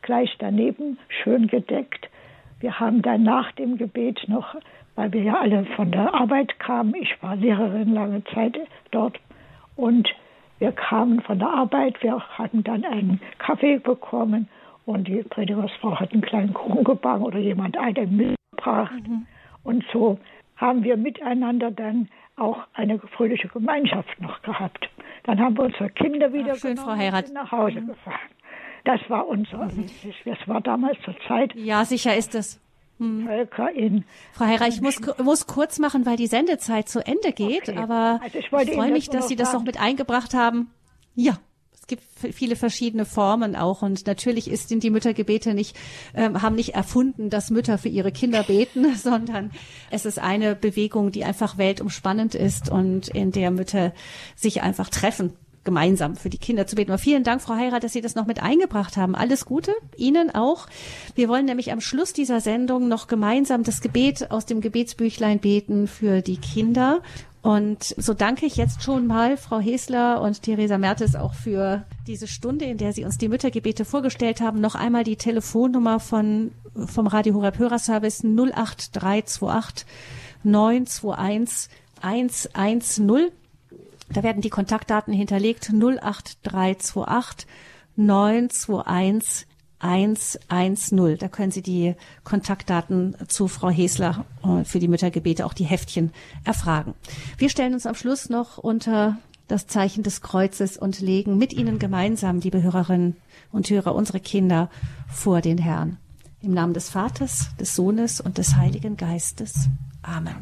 gleich daneben, schön gedeckt. Wir haben dann nach dem Gebet noch, weil wir ja alle von der Arbeit kamen, ich war Lehrerin lange Zeit dort, und wir kamen von der Arbeit, wir hatten dann einen Kaffee bekommen und die Predigersfrau hat einen kleinen Kuchen gebacken oder jemand einen mitgebracht. Mhm. Und so haben wir miteinander dann auch eine fröhliche Gemeinschaft noch gehabt. Dann haben wir unsere Kinder wieder Ach, schön, genommen Frau Heirat. und sind nach Hause gefahren. Das war unser, mhm. das war damals zur Zeit. Ja, sicher ist es. Hm. Völker in. Frau Heirat, ich muss, muss kurz machen, weil die Sendezeit zu Ende geht, okay. aber also ich, ich freue mich, dass Sie das noch mit eingebracht haben. Ja. Es gibt viele verschiedene Formen auch, und natürlich ist, sind die Müttergebete nicht, äh, haben nicht erfunden, dass Mütter für ihre Kinder beten, sondern es ist eine Bewegung, die einfach weltumspannend ist und in der Mütter sich einfach treffen, gemeinsam für die Kinder zu beten. Aber vielen Dank, Frau Heirat, dass Sie das noch mit eingebracht haben. Alles Gute, Ihnen auch. Wir wollen nämlich am Schluss dieser Sendung noch gemeinsam das Gebet aus dem Gebetsbüchlein beten für die Kinder. Und so danke ich jetzt schon mal Frau Hesler und Theresa Mertes auch für diese Stunde, in der Sie uns die Müttergebete vorgestellt haben. Noch einmal die Telefonnummer von, vom Radio Horeb Hörerservice null acht drei zwei acht neun zwei eins eins eins null. Da werden die Kontaktdaten hinterlegt. null acht drei zwei acht neun zwei eins eins eins null. Da können Sie die Kontaktdaten zu Frau Hesler für die Müttergebete, auch die Heftchen, erfragen. Wir stellen uns am Schluss noch unter das Zeichen des Kreuzes und legen mit Ihnen gemeinsam, liebe Hörerinnen und Hörer, unsere Kinder vor den Herrn. Im Namen des Vaters, des Sohnes und des Heiligen Geistes. Amen.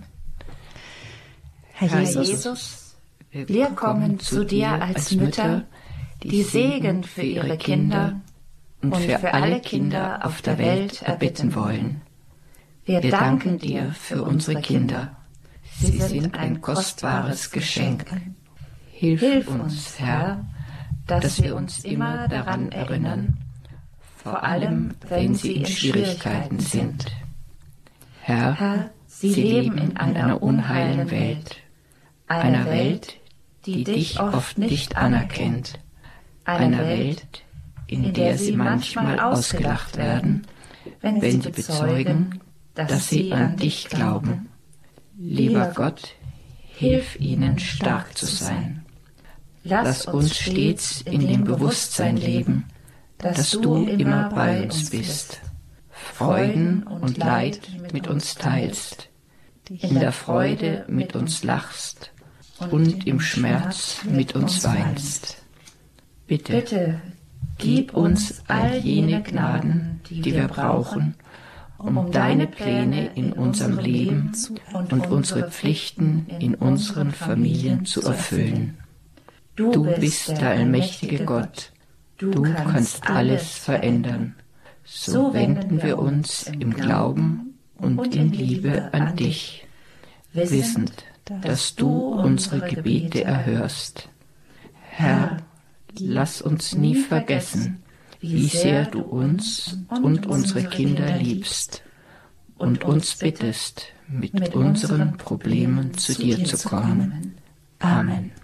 Herr, Herr Jesus, Jesus, wir kommen zu dir als Mütter, die Segen für ihre Kinder und für alle Kinder auf der Welt erbitten wollen. Wir danken dir für unsere Kinder. Sie sind ein kostbares Geschenk. Hilf uns, Herr, dass wir uns immer daran erinnern, vor allem wenn sie in Schwierigkeiten sind. Herr, sie leben in einer unheilen Welt, einer Welt, die dich oft nicht anerkennt, einer Welt, in der sie manchmal ausgelacht werden, wenn sie bezeugen, dass sie an dich glauben. Lieber Gott, hilf ihnen, stark zu sein. Lass uns stets in dem Bewusstsein leben, dass du immer bei uns bist, Freuden und Leid mit uns teilst, in der Freude mit uns lachst und im Schmerz mit uns weinst. Bitte, Bitte gib uns all jene Gnaden, die wir brauchen, um deine Pläne in unserem Leben und unsere Pflichten in unseren Familien zu erfüllen. Du bist der allmächtige Gott, du kannst alles verändern. So wenden wir uns im Glauben und in Liebe an dich, wissend, dass du unsere Gebete erhörst. Herr, lass uns nie vergessen, wie sehr du uns und unsere Kinder liebst und uns bittest, mit unseren Problemen zu dir zu kommen. Amen.